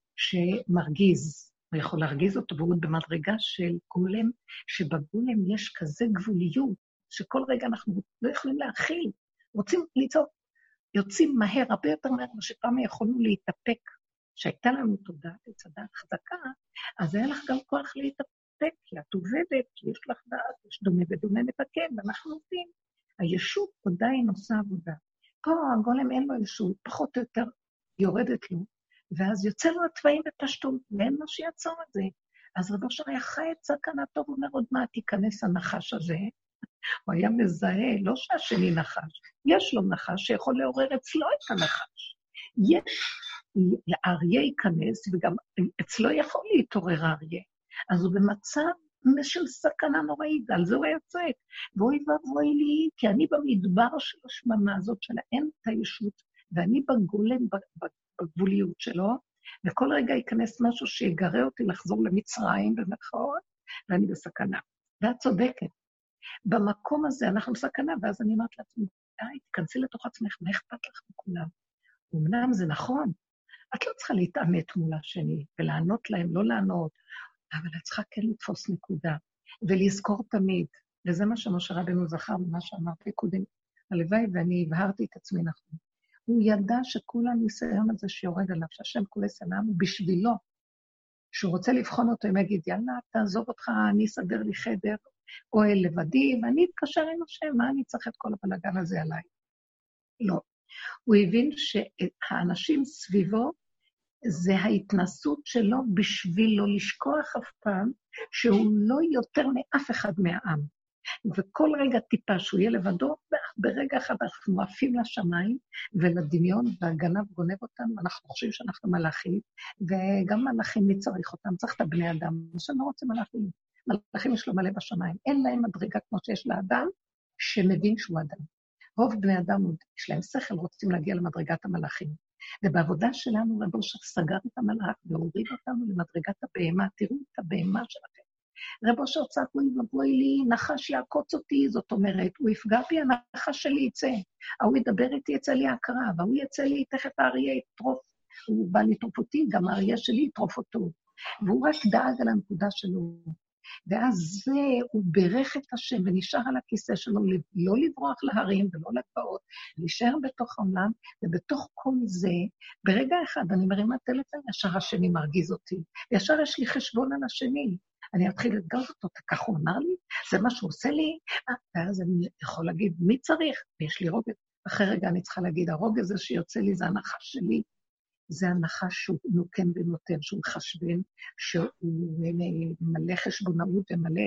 שמרגיז, הוא יכול להרגיז אותו, והוא במדרגה של גולם, שבגולם יש כזה גבוליות, שכל רגע אנחנו לא יכולים להכיל, רוצים ליצור, יוצאים מהר, הרבה יותר מהר, שפעם יכולנו להתאפק, שהייתה לנו תודעת עץ הדת חזקה, אז היה לך גם כוח להתאפק, כי את עובדת, כי יש לך דעת, יש דומה ודומה מתקן, ואנחנו עובדים. הישות עדיין עושה עבודה. פה הגולם אין לו ישות, פחות או יותר יורדת לו, ואז יוצא לו התוואים בפשטות, ואין מה שיעצור את זה. אז רבו שר היה חי את סכנתו, הוא אומר, עוד מעט תיכנס הנחש הזה. הוא היה מזהה, לא שהשני נחש, יש לו נחש שיכול לעורר אצלו את הנחש. יש, האריה ייכנס, וגם אצלו יכול להתעורר האריה. אז הוא במצב של סכנה נוראית, על זה הוא היה צועק. ואוי ואבוי לי, כי אני במדבר של השממה הזאת, שלה אין את הישות, ואני בגולם, בגבוליות שלו, וכל רגע ייכנס משהו שיגרה אותי לחזור למצרים במרכאות, ואני בסכנה. ואת צודקת. במקום הזה אנחנו בסכנה, ואז אני אומרת לעצמי, די, תכנסי לתוך עצמך, מה אכפת לך מכולם? אמנם זה נכון, את לא צריכה להתאמת מול השני, ולענות להם, לא לענות, אבל את צריכה כן לתפוס נקודה, ולזכור תמיד, וזה מה שמשה רבנו זכר, ומה שאמרתי קודם, הלוואי ואני הבהרתי את עצמי נכון. הוא ידע שכל הניסיון הזה שיורד עליו, שהשם כולי סלם, הוא בשבילו, שהוא רוצה לבחון אותו, אם יגיד, יאללה, תעזוב אותך, אני אסדר לי חדר, אוהל לבדי, ואני אתקשר עם השם, מה אני צריך את כל הבלגן הזה עליי? לא. הוא הבין שהאנשים סביבו, זה ההתנסות שלו בשביל לא לשכוח אף פעם, שהוא לא יותר מאף אחד מהעם. וכל רגע טיפה שהוא יהיה לבדו, ברגע אחד אנחנו עפים לשמיים ולדמיון, והגנב גונב אותנו, אנחנו חושבים שאנחנו מלאכים, וגם מלאכים מי צריך אותם, צריך את הבני אדם, שאני לא רוצה מלאכים, מלאכים יש לו מלא בשמיים, אין להם מדרגה כמו שיש לאדם, שמבין שהוא אדם. רוב בני אדם יש להם שכל, רוצים להגיע למדרגת המלאכים. ובעבודה שלנו רבו שסגר את המלאך והוריד אותנו למדרגת הבהמה, תראו את הבהמה שלכם. רבו שרצה, הוא יבואי לי, נחש יעקוץ אותי, זאת אומרת, הוא יפגע בי, הנחש שלי יצא. הוא ידבר איתי, יצא לי הקרב, והוא יצא לי, תכף האריה יטרוף, הוא בא לטרוף אותי, גם האריה שלי יטרוף אותו. והוא רק דאג על הנקודה שלו. ואז זה, הוא ברך את השם ונשאר על הכיסא שלו, לא לברוח להרים ולא לגבעות, להישאר בתוך העולם, ובתוך כל זה, ברגע אחד אני מרימה טלפון, ישר השני מרגיז אותי, וישר יש לי חשבון על השני, אני אתחיל לגז אותו, כך הוא אמר לי, זה מה שהוא עושה לי, ואז אני יכול להגיד, מי צריך? ויש לי רוגז, אחרי רגע אני צריכה להגיד, הרוגז הזה שיוצא לי זה הנחש שלי, זה הנחש שהוא נוקן ונותן, שהוא חשבן, שהוא מלא חשבונאות ומלא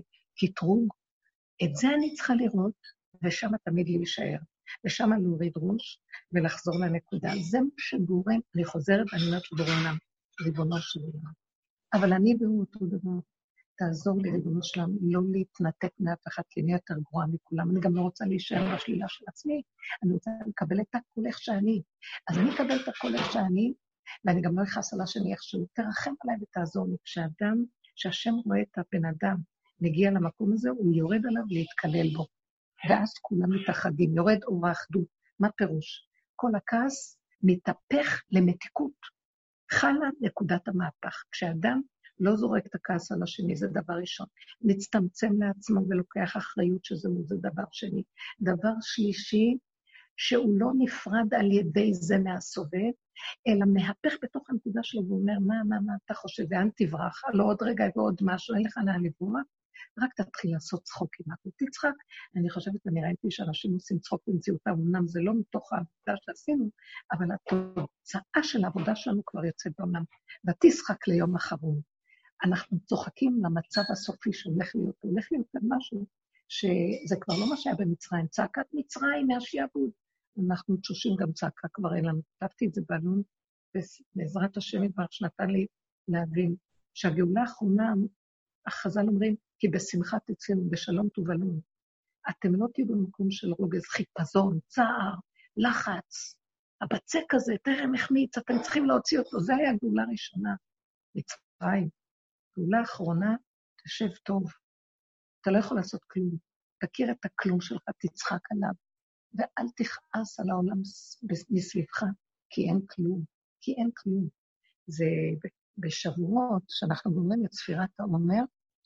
קטרוג. את זה אני צריכה לראות, ושם תמיד להישאר, ושם להוריד ראש ולחזור לנקודה. זה מה שגורם, אני חוזרת ואני אומרת לבורא עולם, ריבונו של עולם. אבל אני והוא אותו דבר. תעזור לי, ריבונו שלם, לא להתנתק מאף אחד, כי אני יותר גרועה מכולם. אני גם לא רוצה להישאר בשלילה של עצמי, אני רוצה לקבל את הכל איך שאני. אז אני אקבל את הכל איך שאני, ואני גם לא אכעס על השני איכשהו. תרחם עליי ותעזור לי. כשאדם, כשהשם רואה את הבן אדם, מגיע למקום הזה, הוא יורד עליו להתקלל בו. ואז כולם מתאחדים, יורד אור האחדות. מה פירוש? כל הכעס מתהפך למתיקות. חלה נקודת המהפך. כשאדם לא זורק את הכעס על השני, זה דבר ראשון. מצטמצם לעצמו ולוקח אחריות שזהו, זה דבר שני. דבר שלישי, שהוא לא נפרד על ידי זה מהסובב, אלא מהפך בתוך הנקודה שלו, ואומר, מה, מה, מה אתה חושב, ואן תברח, לא עוד רגע ועוד משהו, אין לך לאן לברוח, רק תתחיל לעשות צחוק עם הכל. תצחק, אני חושבת, אני ראיתי שאנשים עושים צחוק במציאותם, אמנם זה לא מתוך העבודה שעשינו, אבל התוצאה של העבודה שלנו כבר יוצאת בעולם, ותשחק ליום אחרון. אנחנו צוחקים למצב הסופי שהולך להיות, הולך להיות משהו שזה כבר לא מה שהיה במצרים, צעקת מצרים מהשיעבוד. אנחנו תשושים גם צעקה כבר אין לנו. כתבתי את זה בעלון, בעזרת השם יתברך שנתן לי להבין שהגאולה האחרונה, החז"ל אומרים, כי בשמחה תצאנו, בשלום תובלון. אתם לא תהיו במקום של רוגז, חיפזון, צער, לחץ, הבצק הזה, תרם החמיץ, אתם צריכים להוציא אותו. זה היה הגאולה הראשונה, מצרים. גאולה האחרונה, תשב טוב. אתה לא יכול לעשות כלום. תכיר את הכלום שלך, תצחק עליו, ואל תכעס על העולם מסביבך, כי אין כלום, כי אין כלום. זה בשבועות, שאנחנו גומרים את ספירת העומר,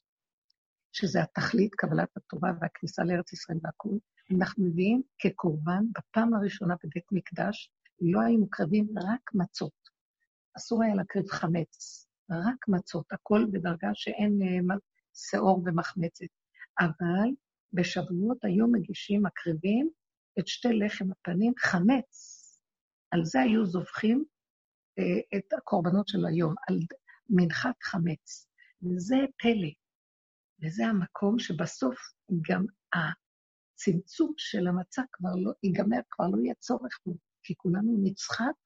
שזה התכלית, קבלת התורה והכניסה לארץ ישראל והכול, אנחנו מביאים כקורבן, בפעם הראשונה בבית מקדש, לא היו מקרבים רק מצות. אסור היה להקריב חמץ, רק מצות, הכל בדרגה שאין שעור ומחמצת. אבל בשבועות היו מגישים, מקריבים, את שתי לחם הפנים, חמץ. על זה היו זובחים אה, את הקורבנות של היום, על מנחת חמץ. וזה פלא. וזה המקום שבסוף גם הצמצום של המצה כבר לא ייגמר, כבר לא יהיה צורך בו, כי כולנו נצחק,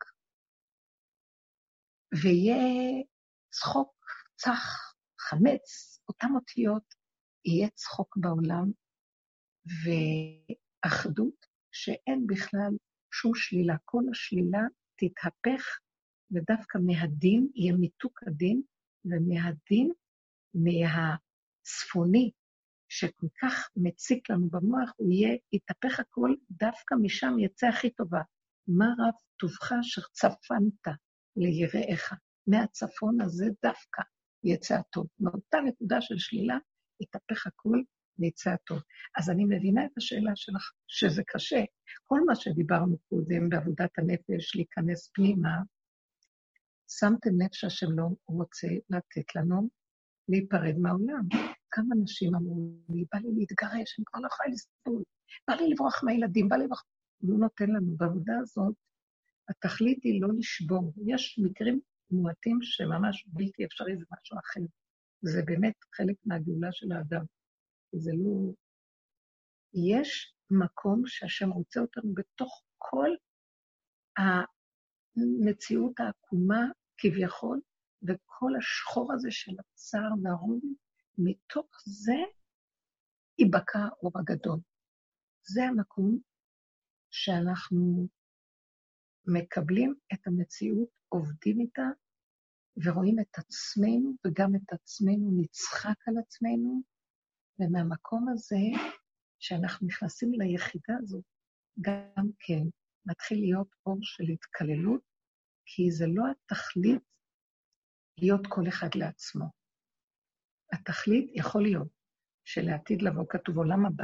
ויהיה צחוק, צח, חמץ, אותם אותיות, יהיה צחוק בעולם, ואחדות, שאין בכלל שום שלילה. כל השלילה תתהפך, ודווקא מהדין יהיה מיתוק הדין, ומהדין, מהצפוני, שכל כך מציק לנו במוח, הוא יהיה, יתהפך הכל, דווקא משם יצא הכי טובה. מה רב טובך שצפנת ליראיך? מהצפון הזה דווקא יצא הטוב. מאותה נקודה של שלילה, יתהפך הכל, ויצא הטוב. אז אני מבינה את השאלה שלך, שזה קשה. כל מה שדיברנו קודם בעבודת הנפש, להיכנס פנימה, שמתם לב שהשם לא רוצה לתת לנו להיפרד מהעולם. כמה אנשים אמרו לי, בא לי להתגרש, אני כבר לא יכולה לסבול, בא לי לברוח מהילדים, בא לי לברוח... הוא לא נותן לנו. בעבודה הזאת, התכלית היא לא לשבור. יש מקרים מועטים שממש בלתי אפשרי, זה משהו אחר. זה באמת חלק מהגאולה של האדם. זה לא... יש מקום שהשם רוצה אותנו בתוך כל המציאות העקומה כביכול, וכל השחור הזה של הצער והרוב, מתוך זה ייבקע האור הגדול. זה המקום שאנחנו מקבלים את המציאות, עובדים איתה, ורואים את עצמנו, וגם את עצמנו נצחק על עצמנו, ומהמקום הזה, שאנחנו נכנסים ליחידה הזאת, גם כן מתחיל להיות אור של התקללות, כי זה לא התכלית להיות כל אחד לעצמו. התכלית יכול להיות שלעתיד לבוא כתוב עולם הבא.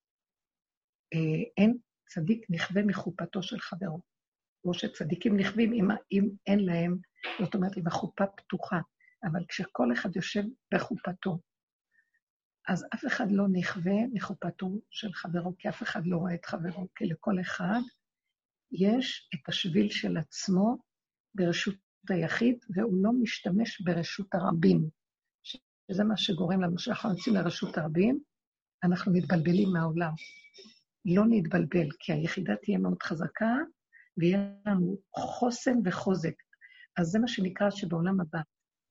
אין צדיק נכווה מחופתו של חברו, או שצדיקים נכווים אם, אם אין להם, זאת אומרת, אם החופה פתוחה, אבל כשכל אחד יושב בחופתו, אז אף אחד לא נכווה מחופתו של חברו, כי אף אחד לא רואה את חברו, כי לכל אחד יש את השביל של עצמו ברשות היחיד, והוא לא משתמש ברשות הרבים, שזה מה שגורם לנו, שאנחנו יוצאים לרשות הרבים, אנחנו מתבלבלים מהעולם. לא נתבלבל, כי היחידה תהיה מאוד חזקה, ויהיה לנו חוסן וחוזק. אז זה מה שנקרא שבעולם הבא,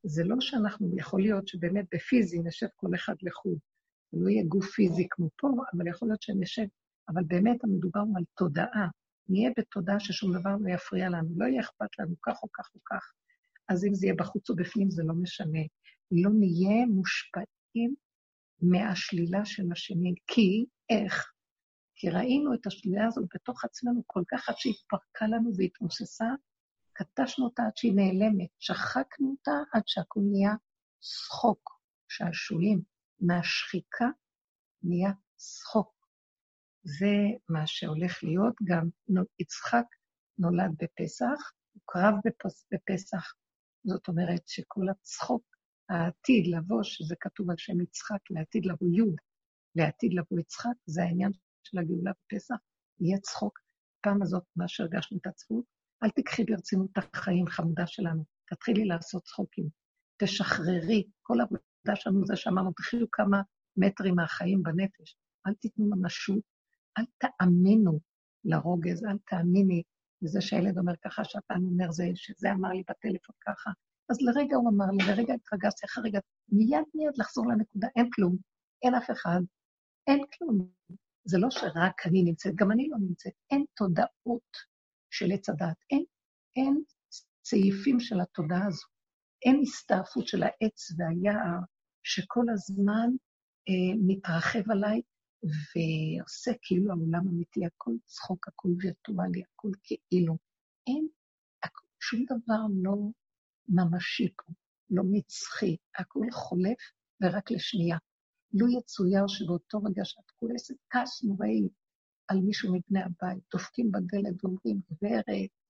זה לא שאנחנו, יכול להיות שבאמת בפיזי נשב כל אחד לחוד, לא יהיה גוף פיזי כמו פה, אבל יכול להיות שנשב, אבל באמת המדובר על תודעה, נהיה בתודעה ששום דבר לא יפריע לנו, לא יהיה אכפת לנו כך או כך או כך, אז אם זה יהיה בחוץ או בפנים זה לא משנה, לא נהיה מושפעים מהשלילה של השני, כי איך? כי ראינו את השלילה הזאת בתוך עצמנו כל כך עד שהתפרקה לנו והתמוססה, קטשנו אותה עד שהיא נעלמת, שחקנו אותה עד שהכל נהיה שחוק, שעשועים, מהשחיקה נהיה שחוק. זה מה שהולך להיות, גם יצחק נולד בפסח, הוא קרב בפס, בפסח, זאת אומרת שכל הצחוק, העתיד לבוא, שזה כתוב על שם יצחק, לעתיד לבוא יוד, לעתיד לבוא יצחק, זה העניין של הגאולה בפסח, יהיה צחוק. פעם הזאת, מה שהרגשנו את הצחוק, אל תקחי ברצינות את החיים, חמודה שלנו, תתחילי לעשות צחוקים, תשחררי, כל עבודה שלנו זה שאמרנו, תחיו כמה מטרים מהחיים בנפש, אל תיתנו ממשות, אל תאמינו לרוגז, אל תאמיני לזה שהילד אומר ככה, שהפעם אומר זה, שזה אמר לי בטלפון ככה, אז לרגע הוא אמר לי, לרגע התרגשתי, אחרי רגע, מיד מיד לחזור לנקודה, אין כלום, אין אף אחד, אין כלום. זה לא שרק אני נמצאת, גם אני לא נמצאת, אין תודעות של עץ הדעת, אין, אין צעיפים של התודעה הזו, אין הסתעפות של העץ והיער, שכל הזמן אה, מתרחב עליי, ועושה כאילו העולם אמיתי, הכל צחוק, הכל וירטואלי, הכל כאילו, אין, הכל, שום דבר לא ממשי פה, לא מצחי, הכל חולף ורק לשנייה. לא יצויר שבאותו רגע שאת כועסת, כעס נוראי על מישהו מבני הבית, דופקים בדלת ואומרים, גברת,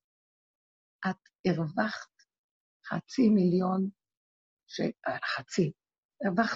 את הרווחת חצי מיליון, ש... חצי, הרווחת,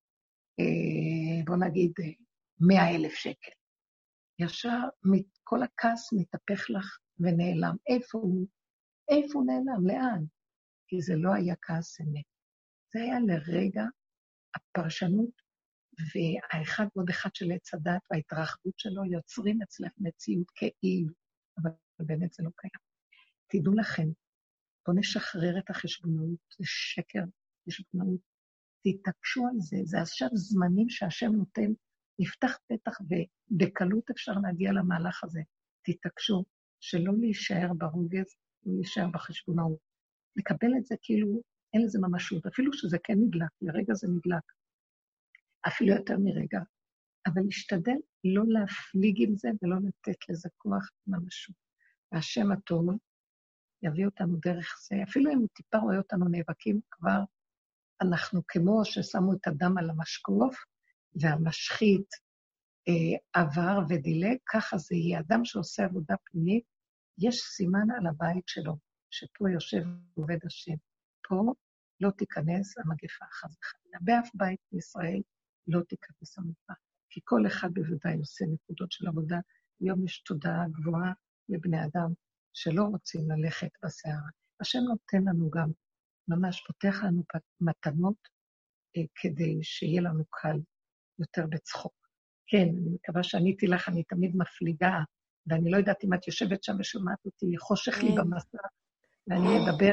אה, בוא נגיד, מאה אלף שקל. ישר כל הכעס מתהפך לך ונעלם. איפה הוא? איפה הוא נעלם? לאן? כי זה לא היה כעס אמת. זה היה לרגע הפרשנות, והאחד ועוד אחד של עץ הדת וההתרחבות שלו יוצרים אצלך מציאות כאילו, אבל באמת זה לא קיים. תדעו לכם, בואו נשחרר את החשבונאות, זה שקר, חשבונאות, תתעקשו על זה, זה עכשיו זמנים שהשם נותן, נפתח פתח ובקלות אפשר להגיע למהלך הזה, תתעקשו שלא להישאר ברוגז, לא להישאר בחשבונאות, לקבל את זה כאילו אין לזה ממשות, אפילו שזה כן נדלק, לרגע זה נדלק, אפילו יותר מרגע, אבל להשתדל לא להפליג עם זה ולא לתת לזה כוח ממשות. והשם הטוב יביא אותנו דרך זה, אפילו אם טיפה רואה אותנו נאבקים כבר, אנחנו כמו ששמו את הדם על המשקוף, והמשחית אה, עבר ודילג, ככה זה יהיה. אדם שעושה עבודה פנימית, יש סימן על הבית שלו, שפה יושב עובד השם. פה לא תיכנס המגפה חס וחלילה. באף בית בישראל לא תיכנס המגפה, כי כל אחד בוודאי עושה נקודות של עבודה. היום יש תודעה גבוהה לבני אדם שלא רוצים ללכת בסערה. השם נותן לנו גם, ממש פותח לנו מתנות, אה, כדי שיהיה לנו קל יותר בצחוק. כן, אני מקווה שעניתי לך, אני תמיד מפליגה, ואני לא יודעת אם את יושבת שם ושומעת אותי, חושך לי במסע, ואני מדבר,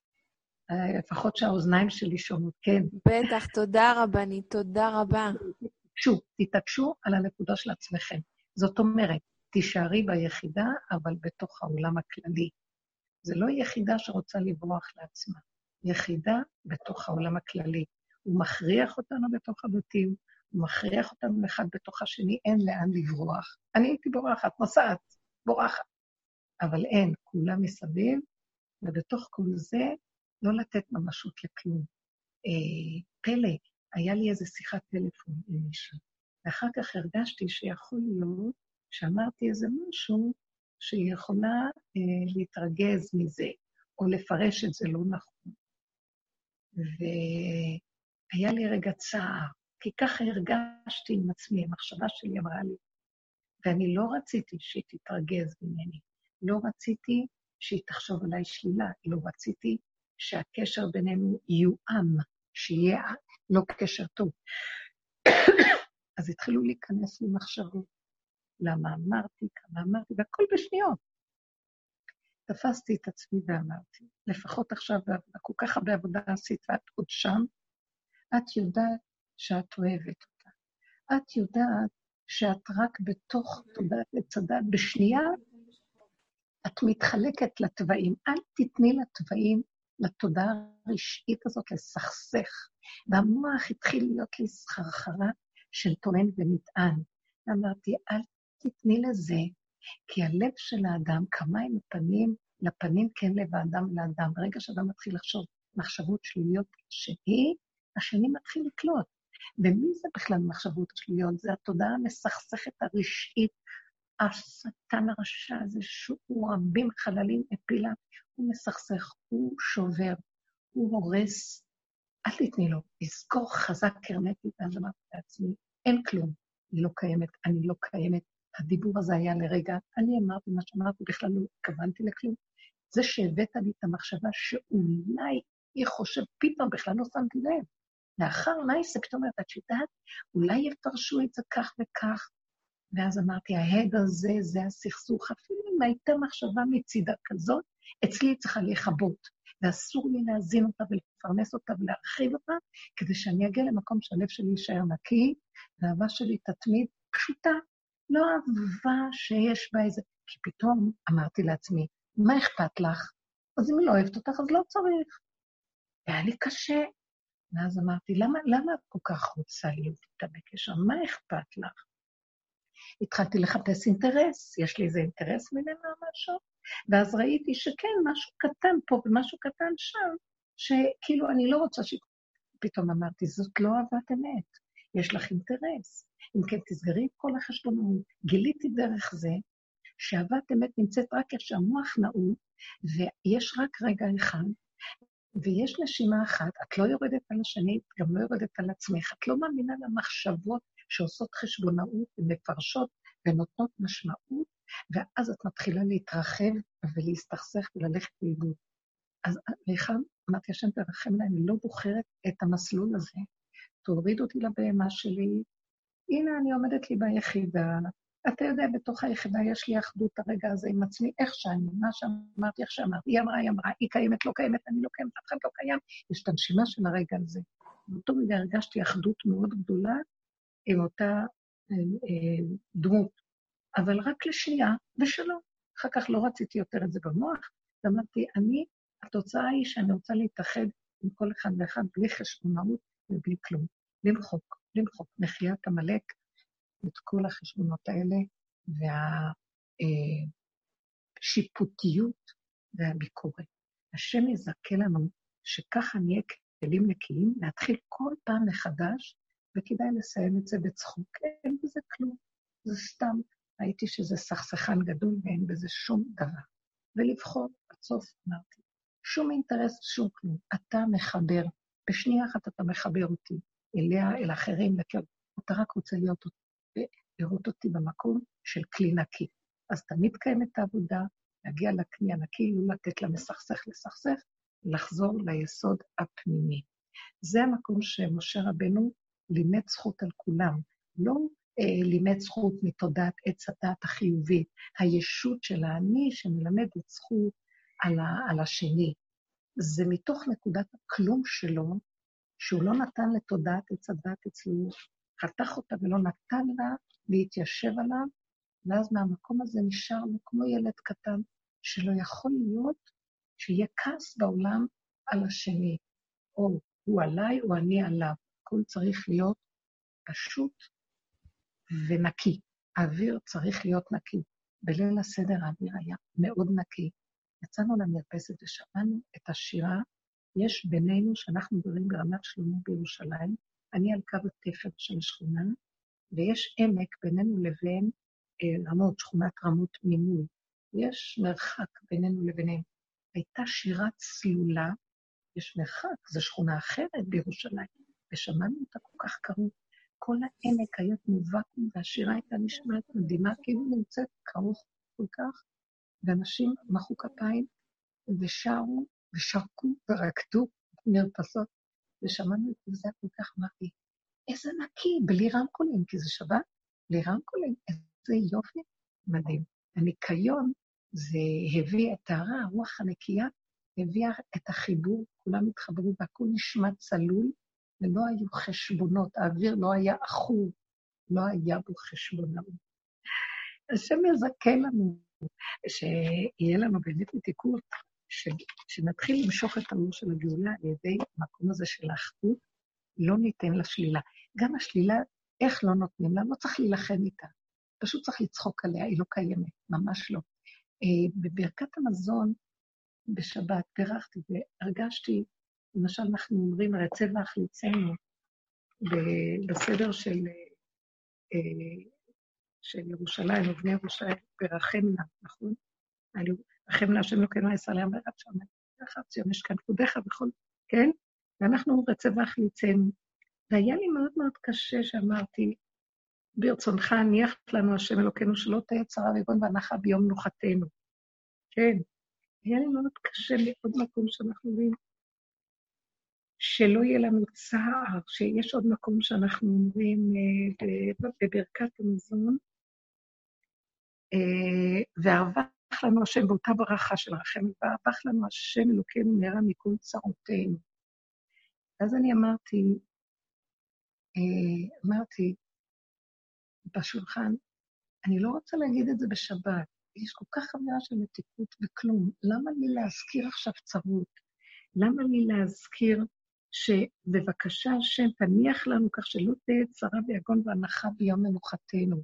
לפחות שהאוזניים שלי שומעות, כן. בטח, תודה רבני, תודה רבה. שוב, תתעקשו על הנקודה של עצמכם. זאת אומרת, תישארי ביחידה, אבל בתוך העולם הכללי. זה לא יחידה שרוצה לברוח לעצמה, יחידה בתוך העולם הכללי. הוא מכריח אותנו בתוך הבתים, הוא מכריח אותנו אחד בתוך השני, אין לאן לברוח. אני הייתי בורחת, נוסעת, בורחת. אבל אין, כולם מסביב, ובתוך כל זה לא לתת ממשות לכלום. אה, פלא, היה לי איזו שיחת טלפון עם מישהו, ואחר כך הרגשתי שיכול להיות שאמרתי איזה משהו שהיא יכולה אה, להתרגז מזה, או לפרש את זה לא נכון. והיה לי רגע צער, כי ככה הרגשתי עם עצמי, המחשבה שלי אמרה לי, ואני לא רציתי שהיא תתרגז ממני, לא רציתי שהיא תחשוב עליי שלילה, לא רציתי שהקשר בינינו יועם, שיהיה לא קשר טוב. אז התחילו להיכנס לי מחשבות, למה אמרתי, כמה אמרתי, והכל בשניות. תפסתי את עצמי ואמרתי, לפחות עכשיו בעבודה, כל כך הרבה עבודה עשית ואת עוד שם, את יודעת שאת אוהבת אותה. את יודעת שאת רק בתוך תודעת לצדת, בשנייה את מתחלקת לטבעים. אל תתני לטבעים, לתודעה הרשעית הזאת לסכסך. והמוח התחיל להיות לי סחרחרה של טוען ונטען. ואמרתי, אל תתני לזה, כי הלב של האדם כמה עם הפנים, לפנים כן לב האדם לאדם. ברגע שאדם מתחיל לחשוב מחשבות שליליות שהיא, השני מתחיל לקלוט. ומי זה בכלל מחשבות שליליות? זה התודעה המסכסכת הרשעית, השטן הרשע הזה שהוא רבים חללים הפילה, הוא מסכסך, הוא שובר, הוא הורס. אל תתני לו, לזכור חזק קרנטית, ואז אמרתי לעצמי, אין כלום, היא לא קיימת, אני לא קיימת. הדיבור הזה היה לרגע, אני אמרתי מה שאמרתי, בכלל לא התכוונתי לכלום. זה שהבאת לי את המחשבה שאולי היא חושב, פתאום בכלל לא שמתי לב. לאחר נייסה, פתאום את שיטת, אולי יפרשו את זה כך וכך. ואז אמרתי, ההד הזה, זה הסכסוך. אפילו אם הייתה מחשבה מצידה כזאת, אצלי היא צריכה להיחבות. ואסור לי להזין אותה ולפרנס אותה ולהרחיב אותה, כדי שאני אגיע למקום שהלב שלי יישאר נקי, והאהבה שלי תתמיד פשוטה. לא אהבה שיש בה איזה... כי פתאום אמרתי לעצמי, מה אכפת לך? אז אם היא לא אוהבת אותך, אז לא צריך. היה לי קשה. ואז אמרתי, למה, למה את כל כך רוצה להיות איתה בקשר? מה אכפת לך? התחלתי לחפש אינטרס, יש לי איזה אינטרס ממנה משהו, ואז ראיתי שכן, משהו קטן פה ומשהו קטן שם, שכאילו אני לא רוצה ש... פתאום אמרתי, זאת לא אהבת אמת, יש לך אינטרס. אם כן, תסגרי את כל החשבונות. גיליתי דרך זה, שאהבת אמת נמצאת רק איך שהמוח נעול, ויש רק רגע אחד, ויש נשימה אחת, את לא יורדת על השני, גם לא יורדת על עצמך, את לא מאמינה למחשבות שעושות חשבונאות ומפרשות ונותנות משמעות, ואז את מתחילה להתרחב ולהסתכסך וללכת לאיבוד. אז לך, אמרתי, השם תרחם לה, אני לא בוחרת את המסלול הזה, תוריד אותי לבהמה שלי, הנה אני עומדת לי ביחידה, אתה יודע, בתוך היחידה יש לי אחדות הרגע הזה עם עצמי, איך שאני, מה שאמרתי, איך שאמרתי, היא אמרה, היא אמרה, היא קיימת, לא קיימת, אני לא קיימת, אף אחד לא קיים, יש את הנשימה של הרגע הזה. באותו רגע הרגשתי אחדות מאוד גדולה עם אותה אה, אה, דמות, אבל רק לשנייה, ושלא. אחר כך לא רציתי יותר את זה במוח, ואמרתי, אני, התוצאה היא שאני רוצה להתאחד עם כל אחד ואחד, בלי חשבונאות ובלי כלום. למחוק, למחוק, מחיית המלאק, את כל החשבונות האלה, והשיפוטיות והביקורת. השם יזכה לנו שככה נהיה כלים נקיים, להתחיל כל פעם מחדש, וכדאי לסיים את זה בצחוק. אין בזה כלום. זה סתם, ראיתי שזה סכסכן גדול ואין בזה שום דבר. ולבחור, בסוף אמרתי, שום אינטרס, שום כלום. אתה מחבר, בשנייה אחת אתה מחבר אותי, אליה, אל אחרים, לכאלה. אתה רק רוצה להיות אותי. לראות אותי במקום של כלי נקי. אז תמיד קיימת העבודה, להגיע לכלי הנקי, לא לתת לה מסכסך לסכסך, לחזור ליסוד הפנימי. זה המקום שמשה רבנו לימד זכות על כולם, לא אה, לימד זכות מתודעת עץ הדת החיובית, הישות של האני שמלמדת זכות על, ה, על השני. זה מתוך נקודת הכלום שלו, שהוא לא נתן לתודעת עץ הדת אצלו, חתך אותה ולא נתן לה להתיישב עליו, ואז מהמקום הזה נשאר לו כמו ילד קטן, שלא יכול להיות שיהיה כעס בעולם על השני, או הוא עליי או אני עליו. הכל צריך להיות פשוט ונקי. האוויר צריך להיות נקי. בליל הסדר האוויר היה מאוד נקי. יצאנו למרפסת ושמענו את השירה, יש בינינו שאנחנו גרים ברמת שלמה בירושלים, אני על קו התפר של השכונה, ויש עמק בינינו לבין אה, רמות, שכונת רמות ממול. יש מרחק בינינו לביניהם. הייתה שירה צלולה, יש מרחק, זו שכונה אחרת בירושלים, ושמענו אותה כל כך קרוב. כל העמק היה מובקום, והשירה הייתה נשמעת מדהימה, כאילו נמצאת קרוב כל כך, ואנשים מחאו כפיים, ושרו, ושרקו, ורקדו מרפסות, ושמענו את זה כל כך מראה. איזה נקי, בלי רמקולים, כי זה שבת, בלי רמקולים, איזה יופי, מדהים. הניקיון זה הביא את טהרה, הרוח הנקייה, הביאה את החיבור, כולם התחברו והכל נשמע צלול, ולא היו חשבונות, האוויר לא היה אחור, לא היה בו חשבונות. השם יזכה לנו, שיהיה לנו באמת מתיקות, ש... שנתחיל למשוך את האור של הגאולה על ידי המקום הזה של האחדות, לא ניתן לשלילה. גם השלילה, איך לא נותנים לה? לא צריך להילחם איתה. פשוט צריך לצחוק עליה, היא לא קיימת, ממש לא. בברכת המזון, בשבת, פרחתי והרגשתי, למשל אנחנו אומרים, רצה והחליצנו, בסדר של, של ירושלים, ובני ירושלים, ברחמנה, נכון? רחמנה, השם לוקנו עשר להם ורב שם, ואחר ציון יש כאן כבודיך וכל, כן? ואנחנו רצה והחליצנו. והיה לי מאוד מאוד קשה שאמרתי, ברצונך הניח לנו השם אלוקינו שלא תהיה צרה ויגון ואנחה ביום מנוחתנו. כן, היה לי מאוד קשה לעוד מקום שאנחנו רואים, שלא יהיה לנו צער, שיש עוד מקום שאנחנו אומרים בברכת המזון, וערבך לנו השם באותה ברכה של רחם, וערבך לנו השם אלוקינו מהרה מכל צרותינו. אז אני אמרתי, אמרתי בשולחן, אני לא רוצה להגיד את זה בשבת, יש כל כך אווירה של מתיקות וכלום, למה לי להזכיר עכשיו צרות? למה לי להזכיר שבבקשה השם תניח לנו כך שלא תהיה צרה ויגון והנחה ביום מנוחתנו?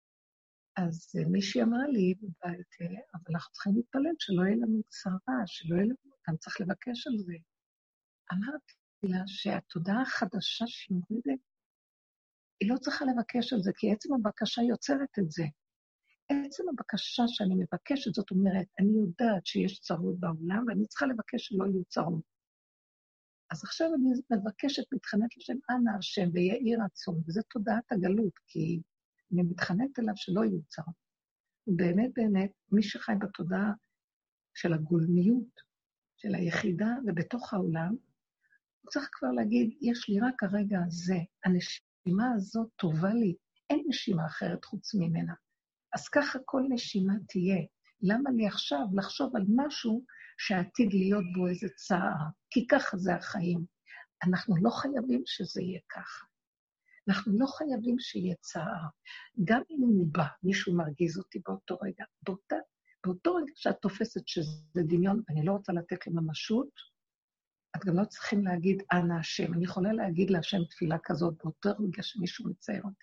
אז מישהי אמרה לי בבית, אבל אנחנו צריכים להתפלל שלא יהיה לנו צרה, שלא יהיה לנו, גם צריך לבקש על זה. אמרתי לה שהתודעה החדשה שיורדת, היא לא צריכה לבקש על זה, כי עצם הבקשה יוצרת את זה. עצם הבקשה שאני מבקשת, זאת אומרת, אני יודעת שיש צרות בעולם, ואני צריכה לבקש שלא יהיו צרות. אז עכשיו אני מבקשת, מתחננת לשם, אנא השם, ויהי רצון, וזה תודעת הגלות, כי אני מתחננת אליו שלא יהיו צרות. באמת, באמת, מי שחי בתודעה של הגולמיות, של היחידה, ובתוך העולם, הוא צריך כבר להגיד, יש לי רק הרגע הזה, הנשימה הזאת טובה לי, אין נשימה אחרת חוץ ממנה. אז ככה כל נשימה תהיה. למה לי עכשיו לחשוב על משהו שעתיד להיות בו איזה צער? כי ככה זה החיים. אנחנו לא חייבים שזה יהיה ככה. אנחנו לא חייבים שיהיה צער. גם אם הוא בא, מישהו מרגיז אותי באותו רגע, באותה, באותו רגע שאת תופסת שזה דמיון, אני לא רוצה לתת לממשות, את גם לא צריכים להגיד, אנא השם. אני יכולה להגיד להשם תפילה כזאת, באותו רגע שמישהו מצייר אותי.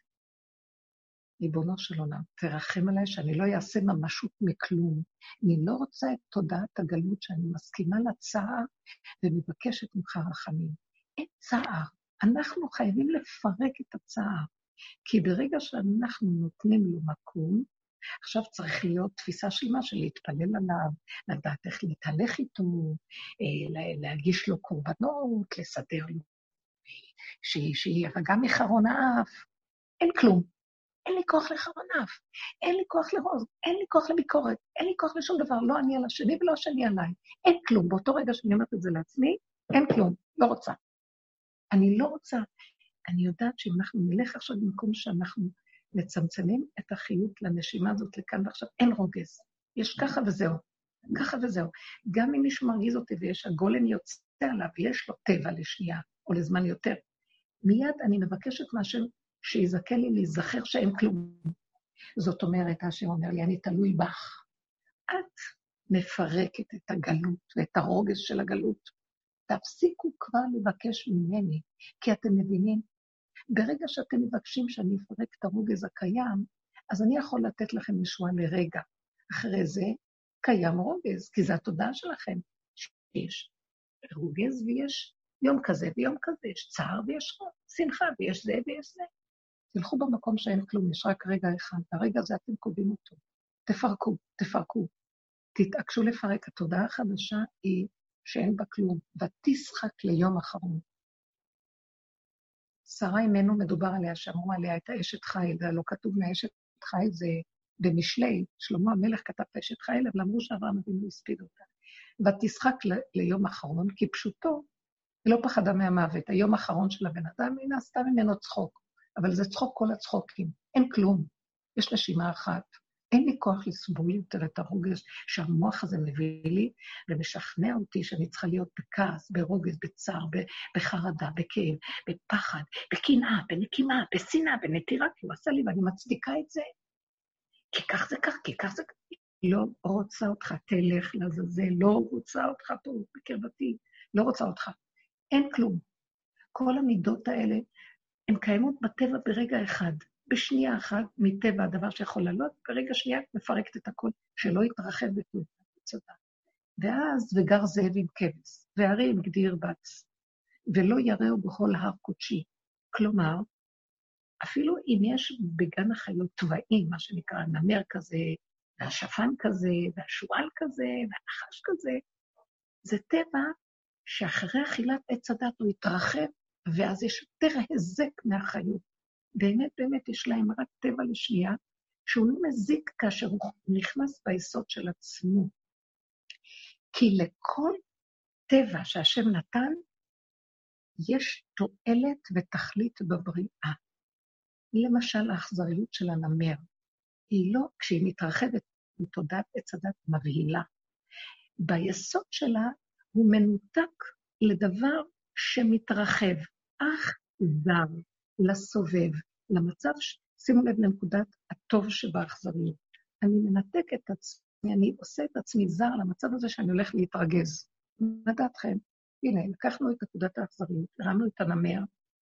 ריבונו של עולם, תרחם עליי שאני לא אעשה ממשות מכלום. אני לא רוצה את תודעת הגלות שאני מסכימה לצער ומבקשת ממך רחמים. אין צער. אנחנו חייבים לפרק את הצער. כי ברגע שאנחנו נותנים לו מקום, עכשיו צריך להיות תפיסה שלמה של להתפלל עליו, לדעת איך להתהלך איתו, להגיש לו קורבנות, לסדר לו, שירגע מחרון האף. אין כלום. אין לי כוח לחרון אף, אין לי כוח לרוז, אין לי כוח לביקורת, אין לי כוח לשום דבר, לא אני על השני ולא השני עליי. אין כלום. באותו רגע שאני אומרת את זה לעצמי, אין כלום, לא רוצה. אני לא רוצה. אני יודעת שאם אנחנו נלך עכשיו במקום שאנחנו מצמצמים את החיות לנשימה הזאת לכאן ועכשיו, אין רוגז. יש ככה וזהו, ככה וזהו. גם אם מישהו מרגיז אותי ויש הגולם יוצא עליו, ויש לו טבע לשנייה או לזמן יותר, מיד אני מבקשת מהשם שיזכה לי להיזכר שאין כלום. זאת אומרת, השם אומר לי, אני תלוי בך. את מפרקת את הגלות ואת הרוגז של הגלות. תפסיקו כבר לבקש ממני, כי אתם מבינים, ברגע שאתם מבקשים שאני אפרק את הרוגז הקיים, אז אני יכול לתת לכם ישועה לרגע. אחרי זה קיים רוגז, כי זה התודעה שלכם. יש רוגז ויש יום כזה ויום כזה, יש צער ויש שמחה ויש זה ויש זה. תלכו במקום שאין כלום, יש רק רגע אחד, הרגע הזה אתם קובעים אותו. תפרקו, תפרקו. תתעקשו לפרק. התודעה החדשה היא שאין בה כלום, ותשחק ליום אחרון. שרה אימנו מדובר עליה, שאמרו עליה את האשת חיל, זה לא כתוב מהאשת חיל, זה במשלי, שלמה המלך כתב את האשת חיל, אבל אמרו שאברהם אבינו הספיד אותה. ותשחק ליום אחרון, כי פשוטו, היא לא פחדה מהמוות. היום האחרון של הבן אדם, היא נעשתה ממנו צחוק. אבל זה צחוק כל הצחוקים, אין כלום, יש נשימה אחת, אין לי כוח לסבול יותר את הרוגז שהמוח הזה מביא לי, ומשכנע אותי שאני צריכה להיות בכעס, ברוגז, בצער, בחרדה, בכאב, בפחד, בקנאה, בנקימה, בשנאה, בנטירה, כי הוא עשה לי ואני מצדיקה את זה. כי כך זה כך, כי כך זה כך. לא רוצה אותך, תלך לזלזל, לא רוצה אותך פה בקרבתי, לא רוצה אותך. אין כלום. כל המידות האלה, הן קיימות בטבע ברגע אחד. בשנייה אחת, מטבע הדבר שיכול לעלות, ברגע שנייה מפרקת את הכל, שלא יתרחב בתוך הצדה. ואז וגר זאב עם כבש, והרי עם גדי ירבץ, ולא יראו בכל הר קודשי. כלומר, אפילו אם יש בגן החיות טבעים, מה שנקרא נמר כזה, והשפן כזה, והשועל כזה, והנחש כזה, זה טבע שאחרי אכילת עץ הדת הוא יתרחב, ואז יש יותר הזק מהחיות. באמת, באמת יש להם רק טבע לשנייה, שהוא לא מזיק כאשר הוא נכנס ביסוד של עצמו. כי לכל טבע שהשם נתן, יש תועלת ותכלית בבריאה. למשל, האכזריות של הנמר, היא לא, כשהיא מתרחבת מתודעת עץ הדת מבהילה. ביסוד שלה הוא מנותק לדבר שמתרחב, אך זר, לסובב, למצב, שימו לב לנקודת הטוב שבאכזריות. אני מנתק את עצמי, אני עושה את עצמי זר למצב הזה שאני הולך להתרגז. מה דעתכם? הנה, לקחנו את נקודת האכזריות, הרמנו את הנמר,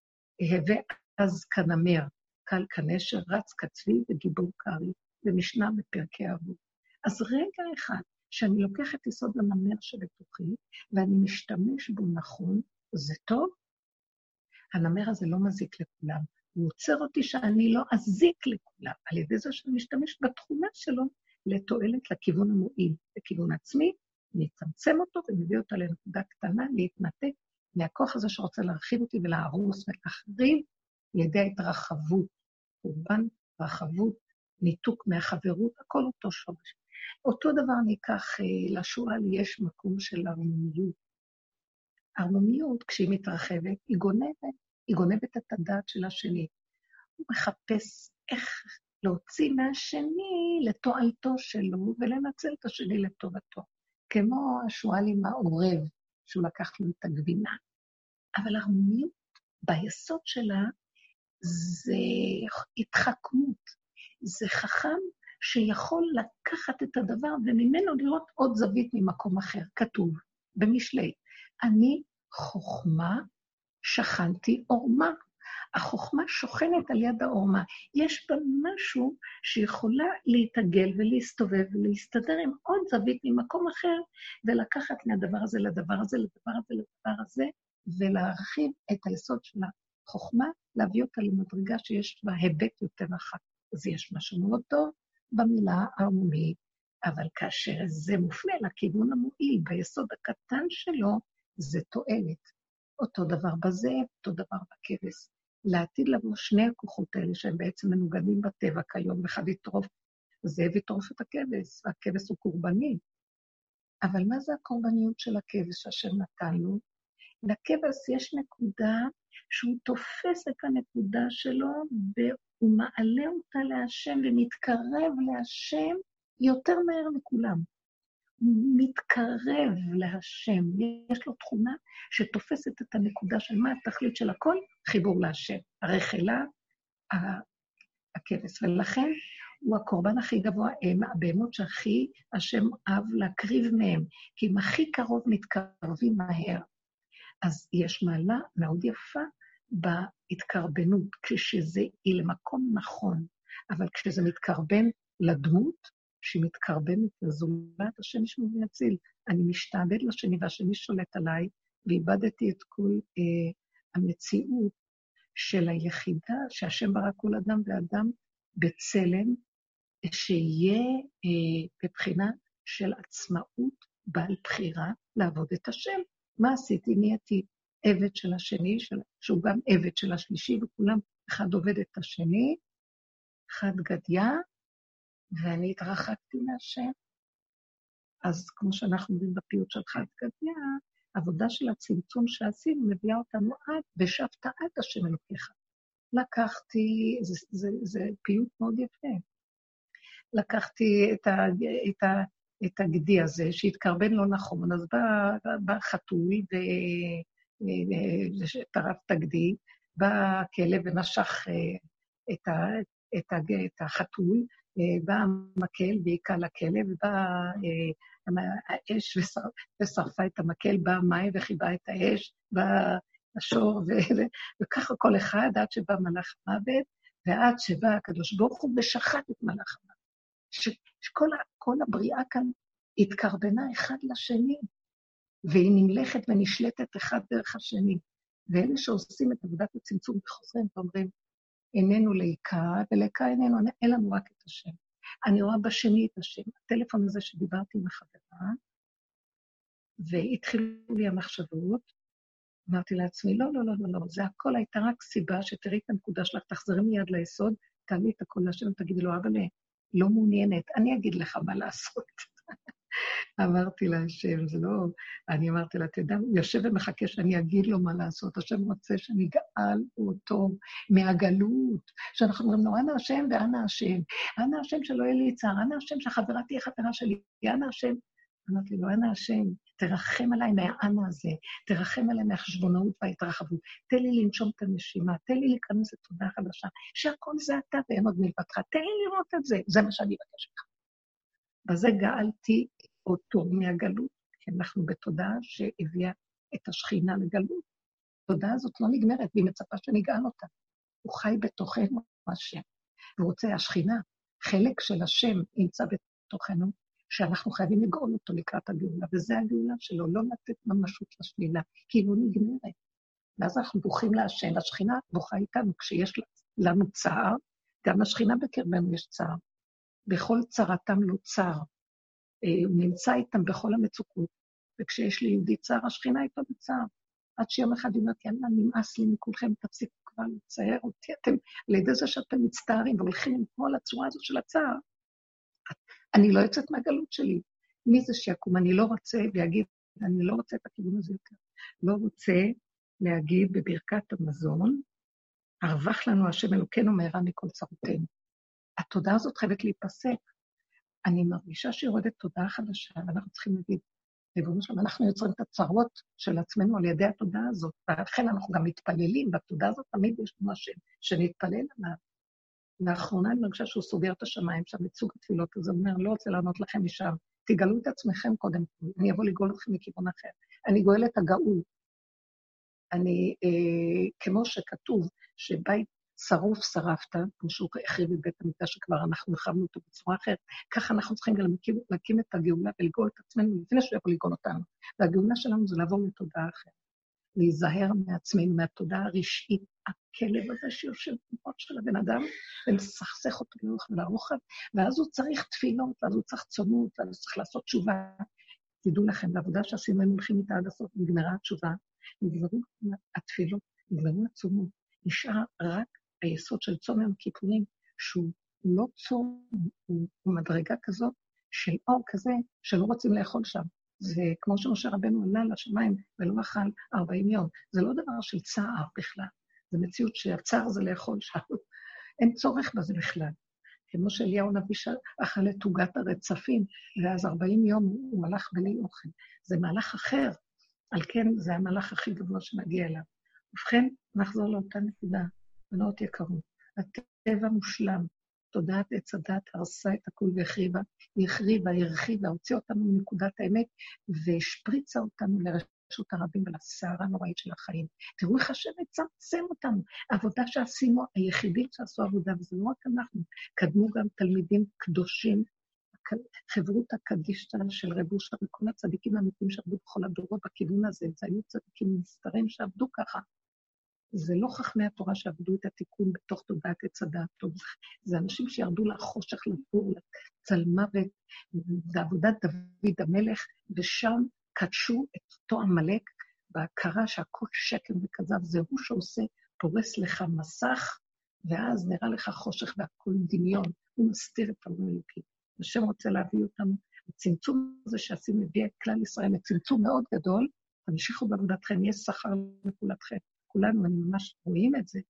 ואז כנמר, קל כנשר, רץ כצבי וגיבור קרי, ומשנה בפרקי אבות. אז רגע אחד, שאני לוקח את יסוד הנמר שבתוכי, ואני משתמש בו נכון, זה טוב? הנמר הזה לא מזיק לכולם. הוא עוצר אותי שאני לא אזיק לכולם, על ידי זה שאני משתמש בתכונה שלו לתועלת לכיוון המועיל, לכיוון עצמי, נצמצם אותו ומביא אותה לנקודה קטנה, להתנתק מהכוח הזה שרוצה להרחיב אותי ולהרוס ולהחריב לידי ההתרחבות, קורבן, רחבות, ניתוק מהחברות, הכל אותו שורש. אותו דבר ניקח לשועל, יש מקום של הרמוניות. הרמוניות, כשהיא מתרחבת, היא גונבת, היא גונבת את הדעת של השני. הוא מחפש איך להוציא מהשני לתועלתו שלו, ולנצל את השני לטובתו. כמו השועל עם העורב, שהוא לקח לו את הגבינה. אבל הרמוניות, ביסוד שלה, זה התחכמות. זה חכם שיכול לקחת את הדבר, וממנו לראות עוד זווית ממקום אחר. כתוב במשלי, אני חוכמה שכנתי עורמה. החוכמה שוכנת על יד העורמה. יש בה משהו שיכולה להתעגל ולהסתובב ולהסתדר עם עוד זווית ממקום אחר, ולקחת מהדבר הזה לדבר הזה, לדבר הזה, לדבר הזה, ולהרחיב את היסוד של החוכמה, להביא אותה למדרגה שיש בה היבט יותר רחב. אז יש משהו מאוד טוב במילה הרמונית, אבל כאשר זה מופנה לכיוון המועיל, ביסוד הקטן שלו, זה תועלת. אותו דבר בזה, אותו דבר בכבש. לעתיד לבוא שני הכוחות האלה, שהם בעצם מנוגדים בטבע כיום, אחד יטרוף, זאב יטרוף את הכבש, והכבש הוא קורבני. אבל מה זה הקורבניות של הכבש שהשם נתן לו? לכבש יש נקודה שהוא תופס את הנקודה שלו, והוא מעלה אותה להשם ומתקרב להשם יותר מהר מכולם. הוא מתקרב להשם, יש לו תכונה שתופסת את הנקודה של מה התכלית של הכל, חיבור להשם, הרחלה, הכבש. ולכן הוא הקורבן הכי גבוה, הם הבהמות שהכי השם אהב להקריב מהם, כי הם הכי קרוב מתקרבים מהר. אז יש מעלה מאוד יפה בהתקרבנות, כשזה היא למקום נכון, אבל כשזה מתקרבן לדמות, שהיא מתקרבנת לזולת, השם ישמור ויציל. אני משתעבד לשני והשני שולט עליי, ואיבדתי את כל אה, המציאות של היחידה, שהשם ברא כל אדם ואדם בצלם, שיהיה אה, בבחינה של עצמאות בעל בחירה לעבוד את השם. מה עשיתי? נהייתי עבד של השני, של, שהוא גם עבד של השלישי, וכולם אחד עובד את השני, אחד גדיה, ואני התרחקתי מהשם. אז כמו שאנחנו אומרים בפיוט של חד גדיה, העבודה של הצמצום שעשינו מביאה אותנו עד, ושבת עד השם אלוקיך. לקחתי, זה, זה, זה פיוט מאוד יפה. לקחתי את, ה, את, ה, את הגדי הזה, שהתקרבן לא נכון, אז בא, בא חתול וטרף את הגדי, בא הכלב ומשך את, ה, את, ה, את החתול, בא המקל והיכה לכלב, בא האש ושרפה את המקל, בא המים וחיבה את האש, בא השור, וככה כל אחד עד שבא מלאך המוות, ועד שבא הקדוש ברוך הוא ושחט את מלאך המוות. שכל הבריאה כאן התקרבנה אחד לשני, והיא נמלכת ונשלטת אחד דרך השני. ואלה שעושים את עבודת הצמצום וחוזרים ואומרים, איננו להיקה, ולהיקה איננו, אין לנו רק את השם. אני רואה בשני את השם. הטלפון הזה שדיברתי עם החברה, והתחילו לי המחשבות, אמרתי לעצמי, לא, לא, לא, לא, לא, זה הכל הייתה רק סיבה שתראי את הנקודה שלך, תחזרי מיד ליסוד, תעלי את הכל לשם, תגידי לו, אבל לא מעוניינת, אני אגיד לך מה לעשות. אמרתי לה, השם, זה לא, אני אמרתי לה, תדע, הוא יושב ומחכה שאני אגיד לו מה לעשות, השם רוצה שאני גאל אותו מהגלות, שאנחנו אומרים לו, אנא השם ואנא השם, אנא השם שלא יהיה לי צער, אנא השם שהחברה תהיה חברה שלי, אנא השם, אמרתי לו, אנא השם, תרחם עליי מהאנא הזה, תרחם עליי מהחשבונאות וההתרחבות, תן לי לנשום את הנשימה, תן לי להיכנס לתודעה חדשה, שהכל זה אתה ואין עוד מלבדך, תן לי לראות את זה, זה מה שאני מבקש לך. בזה גאלתי אותו מהגלות, כי אנחנו בתודעה שהביאה את השכינה לגלות. התודעה הזאת לא נגמרת, והיא מצפה שנגאל אותה. הוא חי בתוכנו, השם. והוא רוצה, השכינה, חלק של השם נמצא בתוכנו, שאנחנו חייבים לגאול אותו לקראת הגאולה, וזה הגאולה שלו, לא לתת ממשות לשלילה, כי היא לא נגמרת. ואז אנחנו בוכים להשם, השכינה בוכה איתנו, כשיש לנו צער, גם השכינה בקרבנו יש צער. בכל צרתם לא צער. הוא נמצא איתם בכל המצוקות, וכשיש לי יהודי צער, השכינה איתו בצער. עד שיום אחד היא אומרת, יאללה, נמאס לי מכולכם, תפסיקו כבר לצייר אותי, אתם, לידי זה שאתם מצטערים, והולכים עם כל הצורה הזו של הצער, אני לא יוצאת מהגלות שלי. מי זה שיקום? אני לא רוצה להגיד, אני לא רוצה את הכיוון הזה יותר. לא רוצה להגיד בברכת המזון, הרווח לנו השם אלוקינו מהרה מכל צרותינו. התודעה הזאת חייבת להיפסק. אני מרגישה שיורדת תודעה חדשה, ואנחנו צריכים להגיד, ריבונו שלום, אנחנו יוצרים את הצרות של עצמנו על ידי התודעה הזאת, ולכן אנחנו גם מתפללים, בתודעה הזאת תמיד יש לנו השם, שנתפלל עליו. לאחרונה אני מרגישה שהוא סוגר את השמיים, שם ייצוג התפילות, אז הוא אומר, לא רוצה לענות לכם משם, תגלו את עצמכם קודם כל, אני אבוא לגאול אתכם מכיוון אחר. אני גואל את הגאול. אני, אה, כמו שכתוב, שבית שרוף שרפת, כמו שהוא החריב את בית המקדש שכבר אנחנו החרבנו אותו בצורה אחרת, ככה אנחנו צריכים גם להקים, להקים את הגאולה ולגאול את עצמנו, לפני שהוא יכול לגאול אותנו. והגאולה שלנו זה לעבור לתודעה אחרת. להיזהר מעצמנו, מהתודעה הרשעית, הכלב הזה שיושב במות של הבן אדם, ולסכסך אותו לאורך ולרוחב, ואז הוא צריך תפילות, ואז הוא צריך צונות, ואז הוא צריך לעשות תשובה. תדעו לכם, בעבודה שעשינו, הם הולכים איתה עד הסוף, נגמרה התשובה, נגמרו התפילות, נגמרו הצומות, נשאר רק היסוד של צום יום כיפורים, שהוא לא צום, הוא, הוא מדרגה כזאת של אור כזה, שלא רוצים לאכול שם. זה כמו שמשה רבנו עלה לשמיים ולא אכל ארבעים יום. זה לא דבר של צער בכלל. זה מציאות שהצער זה לאכול שם. אין צורך בזה בכלל. כמו שאליהו נביא אכל את עוגת הרצפים, ואז ארבעים יום הוא הלך בלי אוכל. זה מהלך אחר. על כן זה המהלך הכי גבוה שמגיע אליו. ובכן, נחזור לאותה נקודה. בנות יקרות. הטבע מושלם. תודעת עץ הדת הרסה את הכול והחריבה, היא החריבה, היא הרחיבה, הוציאה אותנו מנקודת האמת, והשפריצה אותנו לרשות הרבים ולסערה נוראית של החיים. תראו איך השם מצמצם אותנו. העבודה שעשינו, היחידים שעשו עבודה, וזה לא רק אנחנו, קדמו גם תלמידים קדושים, חברות הקדישתא של רב אושר, וכל הצדיקים האמיתיים שעבדו בכל הדורות בכיוון הזה, זה היו צדיקים נסתרים שעבדו ככה. זה לא חכמי התורה שעבדו את התיקון בתוך תודעת עץ הדעת. זה אנשים שירדו לחושך, לבור, לצלמוות, בעבודת דוד המלך, ושם קדשו את אותו המלך בהכרה שהכל שקר וכזב, זה הוא שעושה, פורס לך מסך, ואז נראה לך חושך והכל דמיון, הוא מסתיר את העולם האלוקי. השם רוצה להביא אותנו, הצמצום הזה שעשינו הביא את כלל ישראל, הצמצום מאוד גדול, תמשיכו בעבודתכם, יש שכר לפעולתכם. כולנו, אני ממש רואים את זה,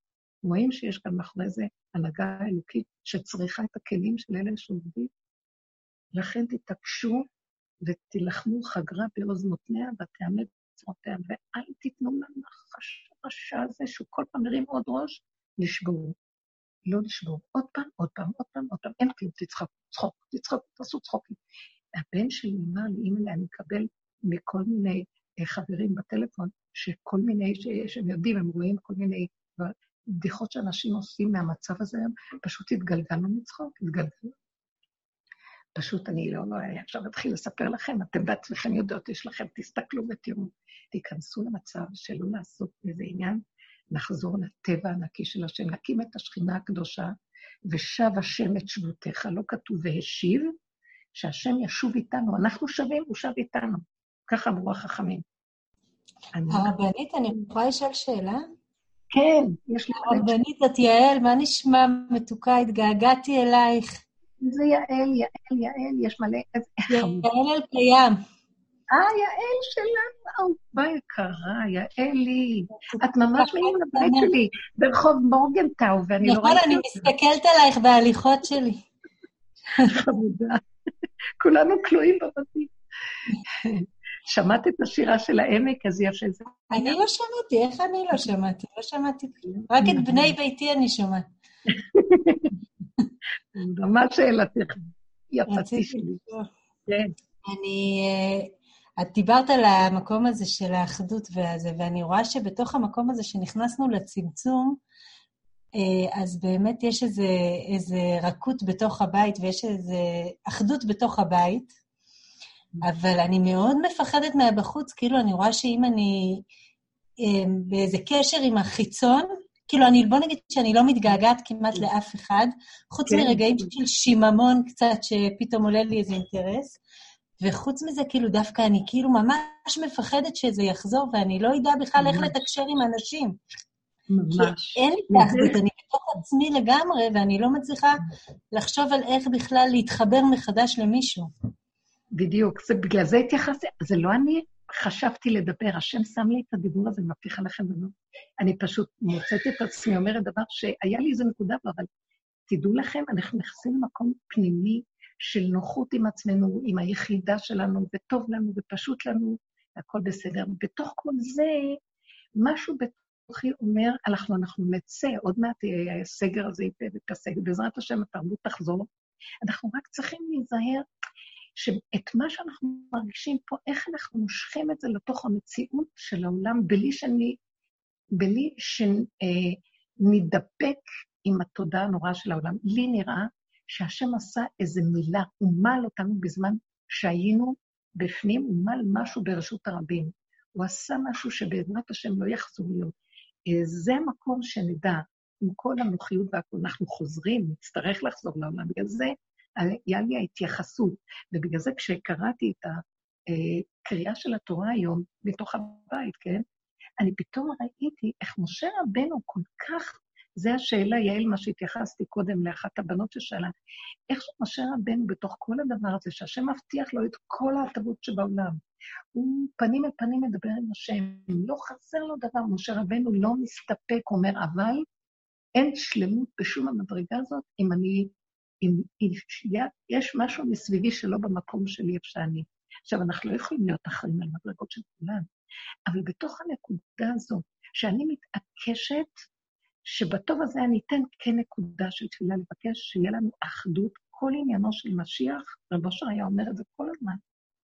רואים שיש כאן מאחורי זה הנהגה אלוקית שצריכה את הכלים של אלה שעובדים. לכן תתעקשו ותלחמו חגרה בעוז מותניה ותעמד בצרותיה, ואל תיתנו לנחש הרשע הזה שהוא כל פעם מרים עוד ראש, לשבור. לא לשבור. עוד פעם, עוד פעם, עוד פעם, עוד פעם. אין כלום, תצחק, צחוק, תצחק, תעשו צחוקים. הבן שלי אמר לי, אם אני מקבל מכל מיני חברים בטלפון, שכל מיני, שהם יודעים, הם רואים כל מיני בדיחות שאנשים עושים מהמצב הזה, פשוט התגלגלנו מצחוק, התגלגלנו. פשוט אני לא, לא, עכשיו אתחיל לספר לכם, אתם בעצמכם יודעות, יש לכם, תסתכלו ותראו, תיכנסו למצב שלא לעשות איזה עניין, נחזור לטבע הנקי של השם, נקים את השכינה הקדושה, ושב השם את שבותיך, לא כתוב והשיב, שהשם ישוב איתנו, אנחנו שווים, הוא שב איתנו. ככה אמרו החכמים. הרבנית, אני יכולה לשאול שאלה? כן, יש לי... הרבנית, את יעל, מה נשמע מתוקה? התגעגעתי אלייך. זה יעל, יעל, יעל, יש מלא... יעל אל קיים. אה, יעל שלנו, אהובה יקרה, יעלי. את ממש מעין לבית שלי, ברחוב מורגנטאו, ואני לא ראיתי... נכון, אני מסתכלת עלייך בהליכות שלי. חמודה. כולנו כלואים בבתים. שמעת את השירה של העמק, אז יפה זה. אני לא שמעתי, איך אני לא שמעתי? לא שמעתי כלום. רק את בני ביתי אני שומעת. מה שאלתך? יפתי שלי. כן. אני... את דיברת על המקום הזה של האחדות והזה, ואני רואה שבתוך המקום הזה שנכנסנו לצמצום, אז באמת יש איזה, איזה רכות בתוך הבית, ויש איזה אחדות בתוך הבית, אבל אני מאוד מפחדת מהבחוץ, כאילו אני רואה שאם אני באיזה קשר עם החיצון, כאילו אני, בוא נגיד שאני לא מתגעגעת כמעט לאף אחד, חוץ כן. מרגעים של שיממון קצת שפתאום עולה לי איזה אינטרס, וחוץ מזה כאילו דווקא אני כאילו ממש מפחדת שזה יחזור, ואני לא יודע בכלל איך לתקשר עם אנשים. ממש. כי אין לי תחדות, אני בתוך עצמי לגמרי, ואני לא מצליחה לחשוב על איך בכלל להתחבר מחדש למישהו. בדיוק, זה, בגלל זה התייחסתי, זה לא אני חשבתי לדבר, השם שם לי את הדיבור הזה, מבטיחה לכם, ולא. אני פשוט מוצאת את עצמי, אומרת דבר שהיה לי איזה נקודה, אבל תדעו לכם, אנחנו נכנסים למקום פנימי של נוחות עם עצמנו, עם היחידה שלנו, וטוב לנו ופשוט לנו, הכל בסדר. בתוך כל זה, משהו בתוכי אומר, אנחנו, אנחנו נצא, עוד מעט הסגר הזה יתפסק, בעזרת השם התרבות תחזור, אנחנו רק צריכים להיזהר, שאת מה שאנחנו מרגישים פה, איך אנחנו מושכים את זה לתוך המציאות של העולם, בלי שאני, בלי שנדבק עם התודעה הנוראה של העולם. לי נראה שהשם עשה איזו מילה, הוא מל אותנו בזמן שהיינו בפנים, הוא מל משהו ברשות הרבים. הוא עשה משהו שבעזרת השם לא יחזור להיות. זה המקום שנדע, עם כל המוחיות והכל, אנחנו חוזרים, נצטרך לחזור לעולם. בגלל זה, היה לי ההתייחסות, ובגלל זה כשקראתי את הקריאה של התורה היום, בתוך הבית, כן? אני פתאום ראיתי איך משה רבנו כל כך, זה השאלה, יעל, מה שהתייחסתי קודם לאחת הבנות ששאלה, איך שמשה רבנו בתוך כל הדבר הזה, שהשם מבטיח לו את כל ההטבות שבעולם, הוא פנים אל פנים מדבר עם השם, לא חסר לו דבר, משה רבנו לא מסתפק, אומר, אבל אין שלמות בשום המדרגה הזאת, אם אני, אם, אם יש משהו מסביבי שלא במקום שלי איפה שאני. עכשיו, אנחנו לא יכולים להיות אחרים על מדרגות של כולם, אבל בתוך הנקודה הזאת, שאני מתעקשת, שבטוב הזה אני אתן כנקודה של תפילה לבקש, שיהיה לנו אחדות, כל עניינו של משיח, רב אושר היה אומר את זה כל הזמן,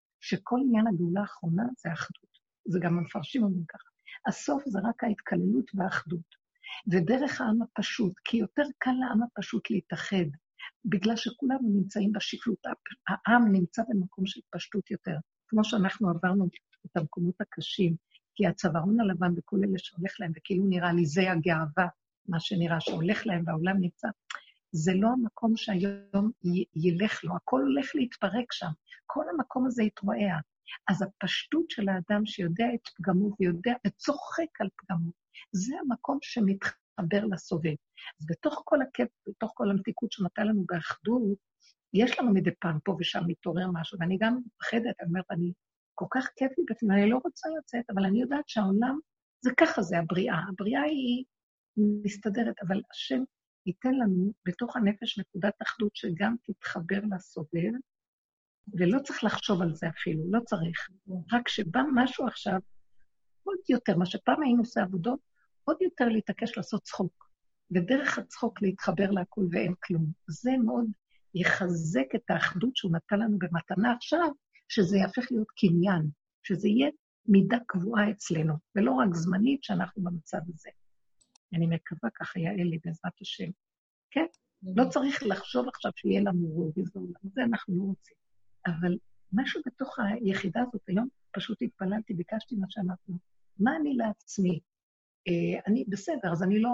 שכל עניין הגאולה האחרונה זה אחדות. זה גם המפרשים אומרים ככה. הסוף זה רק ההתקללות והאחדות. ודרך העם הפשוט, כי יותר קל לעם הפשוט להתאחד, בגלל שכולנו נמצאים בשפלות, העם נמצא במקום של פשטות יותר, כמו שאנחנו עברנו את המקומות הקשים, כי הצווארון הלבן וכל אלה שהולך להם, וכאילו נראה לי זה הגאווה, מה שנראה שהולך להם והעולם נמצא, זה לא המקום שהיום י- ילך לו, הכל הולך להתפרק שם, כל המקום הזה יתרועע. אז הפשטות של האדם שיודע את פגמו ויודע וצוחק על פגמו, זה המקום שמתחבר לסובב. אז בתוך כל הכיף, בתוך כל המתיקות שנתן לנו באחדות, יש לנו מדי פעם פה ושם מתעורר משהו, ואני גם מפחדת, אני אומרת, אני כל כך כיף לי בפנים, אני לא רוצה לצאת, אבל אני יודעת שהעולם, זה ככה זה הבריאה, הבריאה היא מסתדרת, אבל השם ייתן לנו בתוך הנפש נקודת אחדות שגם תתחבר לסובב, ולא צריך לחשוב על זה אפילו, לא צריך. רק שבא משהו עכשיו, עוד יותר, מה שפעם היינו עושה עבודות, עוד יותר להתעקש לעשות צחוק, ודרך הצחוק להתחבר להכל ואין כלום. זה מאוד יחזק את האחדות שהוא נתן לנו במתנה עכשיו, שזה יהפך להיות קניין, שזה יהיה מידה קבועה אצלנו, ולא רק זמנית שאנחנו במצב הזה. אני מקווה ככה יעל לי בעזרת השם. כן? לא צריך לחשוב עכשיו שיהיה לנו רוב וזעולם, זה אנחנו לא רוצים. אבל משהו בתוך היחידה הזאת, היום פשוט התפללתי, ביקשתי מה שאנחנו, מה אני לעצמי? אה, אני בסדר, אז אני לא...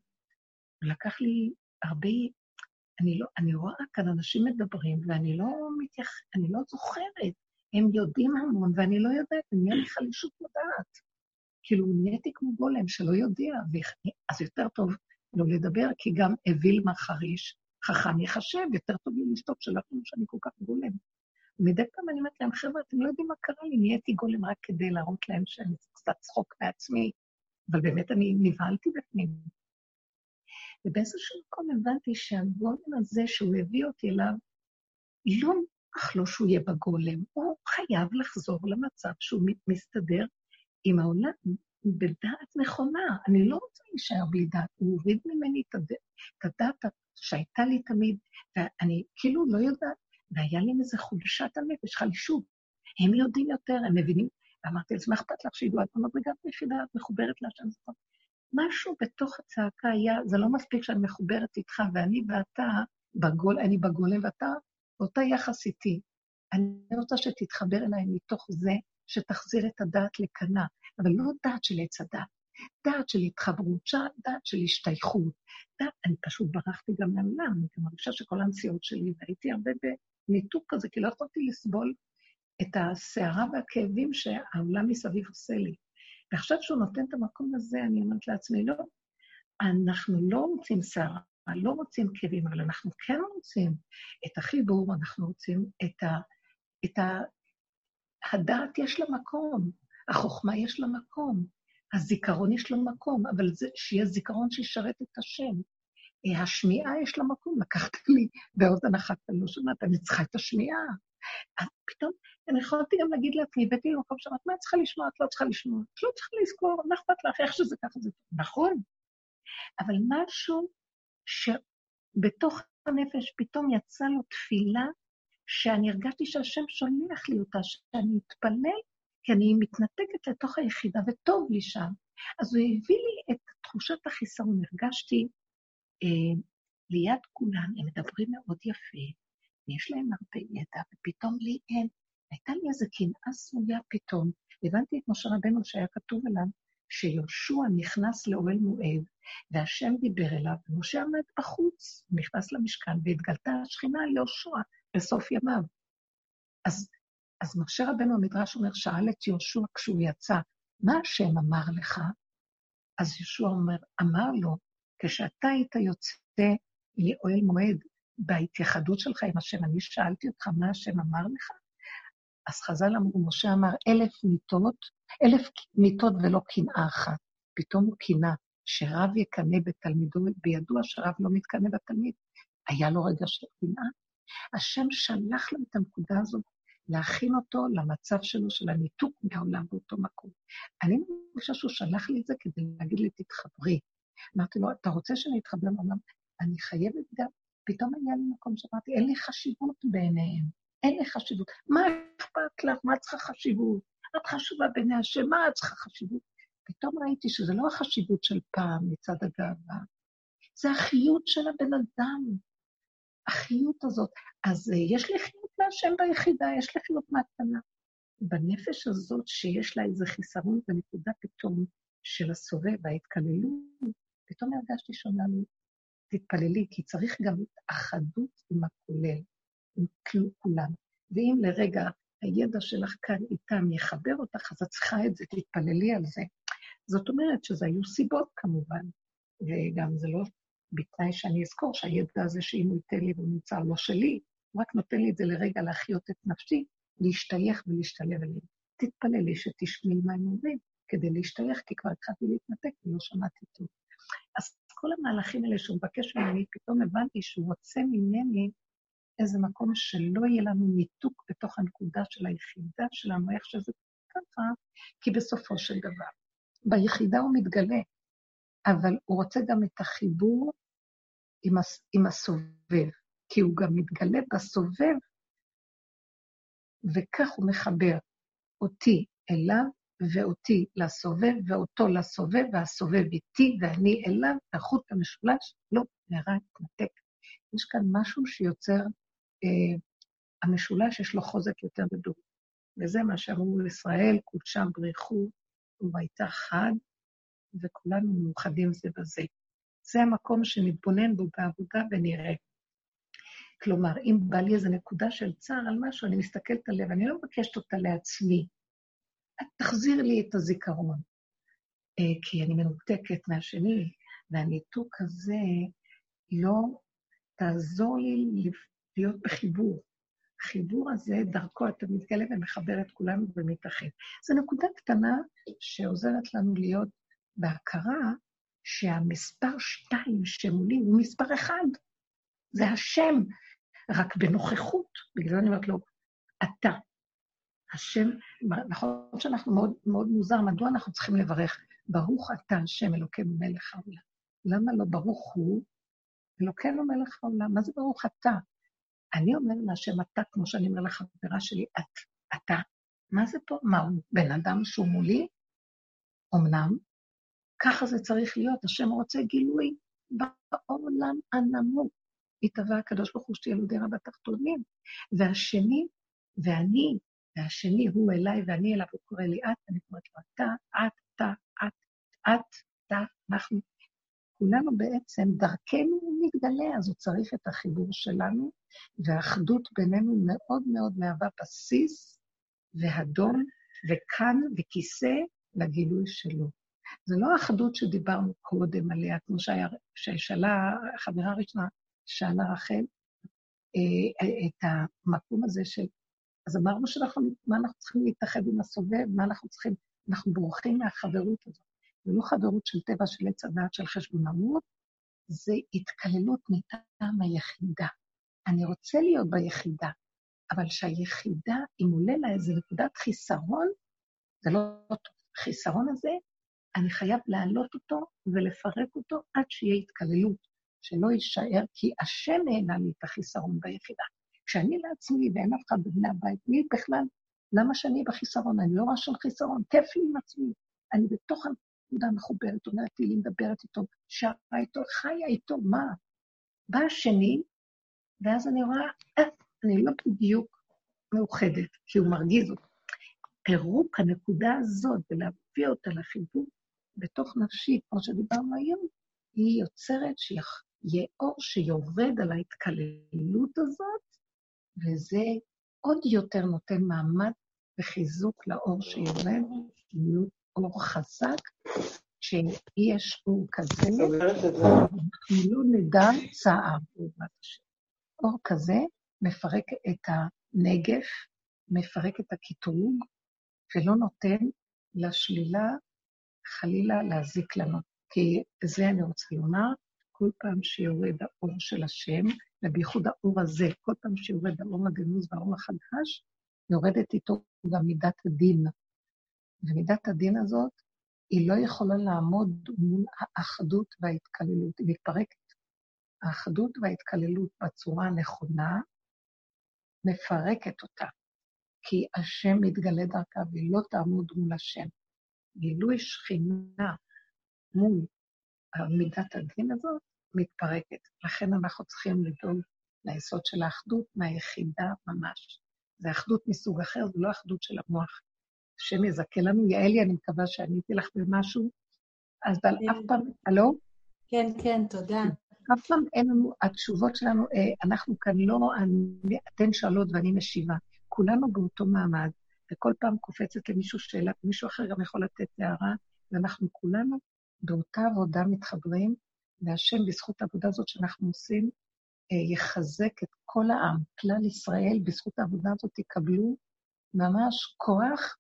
לקח לי הרבה... אני, לא, אני רואה כאן אנשים מדברים, ואני לא מתייח... אני לא זוכרת. הם יודעים המון, ואני לא יודעת, אני נהיה לי חלישות לדעת. כאילו, נהייתי כמו גולם שלא יודע, אז יותר טוב לא לדבר, כי גם אוויל מחריש, חכם יחשב, יותר טוב לי לשתוק שלכם שאני כל כך גולם. ומדי פעם אני אומרת להם, חבר'ה, אתם לא יודעים מה קרה לי, נהייתי גולם רק כדי להראות להם שאני קצת צחוק מעצמי, אבל באמת אני נבהלתי בפנים. ובאיזשהו מקום הבנתי שהגולם הזה שהוא הביא אותי אליו, לא נוח לו שהוא יהיה בגולם, הוא חייב לחזור למצב שהוא מסתדר עם העולם בדעת נכונה. אני לא רוצה להישאר בלי דעת, הוא הוריד ממני את הדעת שהייתה לי תמיד, ואני כאילו לא יודעת, והיה לי איזה חולשת הנפש, חלישות. הם יודעים יותר, הם מבינים, ואמרתי, אז מה אכפת לך שידעו, את במדרגת יחידה, את מחוברת לה שם זאת. משהו בתוך הצעקה היה, זה לא מספיק שאני מחוברת איתך, ואני ואתה, בגול, אני בגולם, ואתה באותה יחס איתי. אני רוצה שתתחבר אליי מתוך זה, שתחזיר את הדעת לקנה, אבל לא דעת של עץ הדעת, דעת של התחברות, דעת של השתייכות. דעת, אני פשוט ברחתי גם לעולם, אני גם מרגישה שכל הנסיעות שלי, והייתי הרבה בניתוק כזה, כי לא יכולתי לסבול את הסערה והכאבים שהעולם מסביב עושה לי. ועכשיו שהוא נותן את המקום הזה, אני אומרת לעצמי, לא, אנחנו לא רוצים סערה, לא רוצים כאבים, אבל אנחנו כן רוצים את החיבור, אנחנו רוצים את ה... את ה הדעת יש לה מקום, החוכמה יש לה מקום, הזיכרון יש לה מקום, אבל זה שיהיה זיכרון שישרת את השם. השמיעה יש לה מקום, לקחת לי באוזן אחת, אני לא שומעת, אני צריכה את השמיעה. אז פתאום, אני יכולתי גם להגיד לעצמי, הבאתי למקום שאמרת, מה את צריכה לשמוע? את לא צריכה לשמוע, את לא צריכה לזכור, מה אכפת לך, איך שזה ככה זה טוב. נכון, אבל משהו שבתוך הנפש פתאום יצא לו תפילה, שאני הרגשתי שהשם שולח לי אותה, שאני אתפלל, כי אני מתנתקת לתוך היחידה, וטוב לי שם. אז הוא הביא לי את תחושת החיסרון, הרגשתי אה, ליד כולם, הם מדברים מאוד יפה, ויש להם הרבה ידע, ופתאום לי אין. הייתה לי איזו קנאה סמויה פתאום. הבנתי את משה רבנו שהיה כתוב עליו, שיהושע נכנס לאוהל מועד, והשם דיבר אליו, ומשה עמד בחוץ, הוא נכנס למשכן, והתגלתה השכינה על יהושע בסוף ימיו. אז, אז משה רבנו המדרש אומר, שאל את יהושע כשהוא יצא, מה השם אמר לך? אז יהושע אומר, אמר לו, כשאתה היית יוצא לאוהל מועד, בהתייחדות שלך עם השם, אני שאלתי אותך מה השם אמר לך? אז חז"ל אמרו, משה אמר, אלף מיתות, אלף מיתות ולא קנאה אחת. פתאום הוא קנאה, שרב יקנה בתלמידו, בידוע שרב לא מתקנה בתלמיד. היה לו רגע של קנאה. השם שלח לו את הנקודה הזאת, להכין אותו למצב שלו, של הניתוק מהעולם באותו מקום. אני חושב שהוא שלח לי את זה כדי להגיד לי, תתחברי. אמרתי לו, אתה רוצה שאני אתחבר לעולם? אני חייבת גם, פתאום היה לי מקום שאמרתי, אין לי חשיבות בעיניהם, אין לי חשיבות. מה אכפת לך? מה צריכה חשיבות? את חשובה בעיני השם, מה את צריכה חשיבות? פתאום ראיתי שזה לא החשיבות של פעם מצד הגאווה, זה החיות של הבן אדם, החיות הזאת. אז יש לי חיות מהשם ביחידה, יש לי חיות מהקטנה. בנפש הזאת שיש לה איזה חיסרון בנקודה פתאום של הסובב וההתקללות, פתאום הרגשתי שונה לי, תתפללי, כי צריך גם אחדות עם הכולל, עם כולם. ואם לרגע הידע שלך כאן איתם יחבר אותך, אז את צריכה את זה, תתפללי על זה. זאת אומרת שזה היו סיבות כמובן, וגם זה לא בתנאי שאני אזכור שהידע הזה שאם הוא ייתן לי והוא נמצא לא שלי, הוא רק נותן לי את זה לרגע להחיות את נפשי, להשתייך ולהשתלב עליהם. תתפללי שתשמעי מה הם אומרים, כדי להשתייך, כי כבר התחלתי להתנתק ולא שמעתי טוב. אז כל המהלכים האלה שהוא מבקש ממני, פתאום הבנתי שהוא רוצה ממני איזה מקום שלא יהיה לנו ניתוק בתוך הנקודה של היחידה שלנו, איך שזה ככה, כי בסופו של דבר, ביחידה הוא מתגלה, אבל הוא רוצה גם את החיבור עם, הס, עם הסובב, כי הוא גם מתגלה בסובב, וכך הוא מחבר אותי אליו, ואותי לסובב, ואותו לסובב, והסובב איתי, ואני אליו, החוט המשולש, לא נראה מתנתק. יש כאן משהו שיוצר, אה, המשולש יש לו חוזק יותר גדול. וזה מה שאמרו לישראל, קודשה בריחו, ובייתה חד, וכולנו מאוחדים זה בזה. זה המקום שנתבונן בו בעבודה ונראה. כלומר, אם בא לי איזו נקודה של צער על משהו, אני מסתכלת עליה, ואני לא מבקשת אותה לעצמי. תחזיר לי את הזיכרון, כי אני מנותקת מהשני, והניתוק הזה לא תעזור לי להיות בחיבור. החיבור הזה, דרכו אתה מתגלה ומחבר את כולנו ומתאחד. זו נקודה קטנה שעוזרת לנו להיות בהכרה שהמספר שתיים שמולי הוא מספר אחד. זה השם, רק בנוכחות, בגלל אני אומרת לו, אתה. השם, נכון שאנחנו מאוד, מאוד מוזר, מדוע אנחנו צריכים לברך? ברוך אתה השם אלוקינו מלך העולם. למה לא ברוך הוא? אלוקינו מלך העולם. מה זה ברוך אתה? אני אומר להשם אתה, כמו שאני אומר לחברה שלי, את, אתה. מה זה פה? מה הוא? בן אדם שהוא מולי? אמנם, ככה זה צריך להיות. השם רוצה גילוי בעולם הנמוך. התהווה הקדוש ברוך הוא שתהיה לו דירה בתחתונים. והשני, ואני, והשני הוא אליי ואני אליו, הוא קורא לי את, אני קוראת לו אתה, את, אתה, את, את, אתה, אנחנו. כולנו בעצם, דרכנו הוא מתגלה, אז הוא צריך את החיבור שלנו, והאחדות בינינו מאוד מאוד מהווה בסיס, והדום, וכאן, וכיסא, לגילוי שלו. זה לא האחדות שדיברנו קודם עליה, כמו ששאלה, החברה הראשונה, שאלה רחל, את המקום הזה של, אז אמרנו שאנחנו, מה אנחנו צריכים להתאחד עם הסובב, מה אנחנו צריכים, אנחנו בורחים מהחברות הזאת. ולא חברות של טבע, של עץ הדעת, של חשבונאות, זה התקללות מטעם היחידה. אני רוצה להיות ביחידה, אבל שהיחידה, אם עולה לה איזו נקודת חיסרון, זה לא טוב. החיסרון הזה, אני חייב להעלות אותו ולפרק אותו עד שיהיה התקללות, שלא יישאר, כי השם העלה לי את החיסרון ביחידה. כשאני לעצמי ואין אף אחד בבני הבית, מי בכלל, למה שאני בחיסרון? אני לא רואה של חיסרון, כיף לי עם עצמי. אני בתוך הנקודה מחוברת, אומרת לי, מדברת איתו, שרה איתו, חיה איתו, מה? בא השני, ואז אני רואה, אה, אני לא בדיוק מאוחדת, כי הוא מרגיז אותי. פירוק הנקודה הזאת ולהביא אותה לחיבור בתוך נפשי, כמו שדיברנו היום, היא יוצרת שיהיה אור שיורד על ההתקללות הזאת, וזה עוד יותר נותן מעמד וחיזוק לאור שיורד, להיות אור חזק, שיש אור כזה, אנחנו לא נדע צער. אור כזה מפרק את הנגף, מפרק את הקיטרוג, ולא נותן לשלילה חלילה להזיק לנו. כי זה אני רוצה לומר, כל פעם שיורד האור של השם, ובייחוד האור הזה, כל פעם שיורד האור הגנוז והאור החדש, יורדת איתו גם מידת הדין. ומידת הדין הזאת, היא לא יכולה לעמוד מול האחדות וההתקללות, היא מתפרקת. האחדות וההתקללות בצורה הנכונה, מפרקת אותה. כי השם מתגלה דרכה והיא לא תעמוד מול השם. גילוי שכינה מול מידת הדין הזאת מתפרקת. לכן אנחנו צריכים לדאוג ליסוד של האחדות מהיחידה ממש. זה אחדות מסוג אחר, זה לא אחדות של המוח. השם יזכה לנו. יעלי, אני מקווה שעניתי לך במשהו. אז על אף פעם, הלו? כן, כן, תודה. אף פעם אין לנו, התשובות שלנו, אנחנו כאן לא, אתן שאלות ואני משיבה. כולנו באותו מעמד, וכל פעם קופצת למישהו שאלה, מישהו אחר גם יכול לתת הערה, ואנחנו כולנו באותה עבודה מתחברים, והשם בזכות העבודה הזאת שאנחנו עושים, יחזק את כל העם, כלל ישראל, בזכות העבודה הזאת יקבלו ממש כוח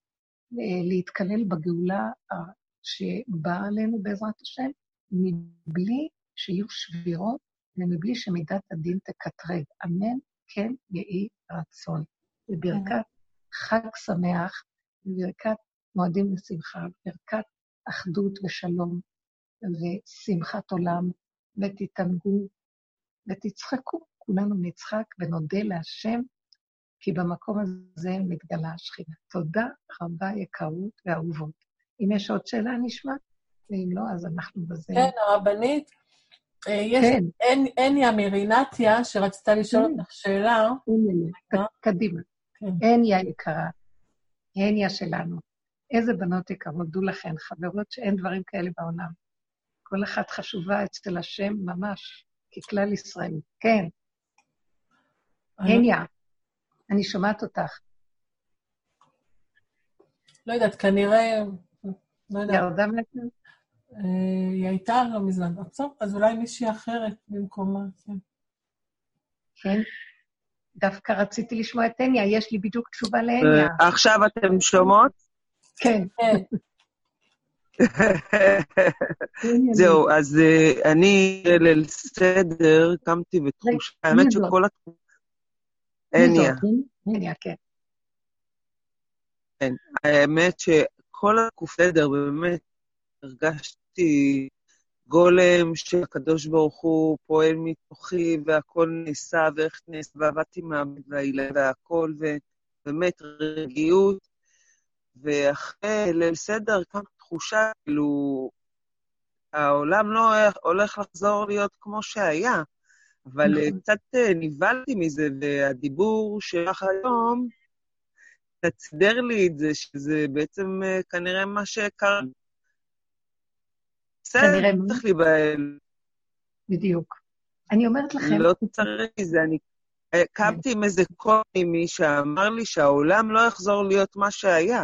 להתקלל בגאולה שבאה עלינו בעזרת השם, מבלי שיהיו שבירות, ומבלי שמידת הדין תקטרג. אמן, כן יהי רצון. בברכת חג שמח, בברכת מועדים לשמחה, בברכת אחדות ושלום, ושמחת עולם, ותתענגו, ותצחקו. כולנו נצחק ונודה להשם, כי במקום הזה מתגלה השכינה. תודה רבה, יקרות ואהובות. אם יש עוד שאלה נשמע, ואם לא, אז אנחנו בזה. כן, הרבנית, יש אניה מרינתיה, שרצתה לשאול אותך שאלה. קדימה. אניה יקרה, אניה שלנו. איזה בנות יקרות, דו לכן, חברות שאין דברים כאלה בעולם. כל אחת חשובה אצל השם ממש, ככלל ישראל. כן. אניה, אני שומעת אותך. לא יודעת, כנראה, לא יודעת. ירדה מלכם? היא הייתה לא מזמן. טוב, אז אולי מישהי אחרת במקומה, כן. כן. דווקא רציתי לשמוע את אניה, יש לי בדיוק תשובה לאניה. עכשיו אתם שומעות? כן. זהו, אז אני ליל סדר, קמתי בתחושה, האמת שכל התחושה... אניה. אניה, כן. כן, האמת שכל התקוף סדר, באמת הרגשתי גולם שהקדוש ברוך הוא פועל מתוכי, והכל נעשה ואיך נעשה, ועבדתי מהבית והאילה והכל, ובאמת רגיעות, ואחרי ליל סדר קם תחושה, כאילו, העולם לא הולך לחזור להיות כמו שהיה, אבל קצת ניבלתי מזה, והדיבור שלך היום, תצדר לי את זה, שזה בעצם כנראה מה שקרה. כנראה מה? צריך להיבהל. בדיוק. אני אומרת לכם... לא צריך זה, אני קמתי עם איזה קול ממי שאמר לי שהעולם לא יחזור להיות מה שהיה.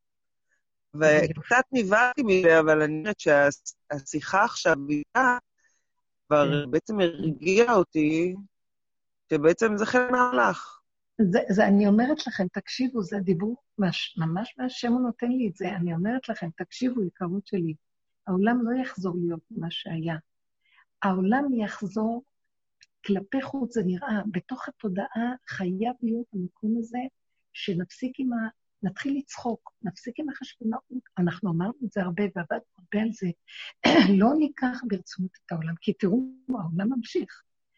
וקצת ניבלתי מזה, אבל אני אומרת שהשיחה עכשיו איתה, כבר בעצם הרגיעה אותי, שבעצם זה חלק מהלך. זה, זה, אני אומרת לכם, תקשיבו, זה דיבור מש, ממש מהשם הוא נותן לי את זה, אני אומרת לכם, תקשיבו, יקרות שלי, העולם לא יחזור להיות מה שהיה. העולם יחזור כלפי חוץ, זה נראה, בתוך התודעה חייב להיות המקום הזה, שנפסיק עם ה... נתחיל לצחוק, נפסיק עם החשבונאות. אנחנו אמרנו את זה הרבה, ועבדנו הרבה על זה. לא ניקח ברצינות את העולם, כי תראו, העולם ממשיך.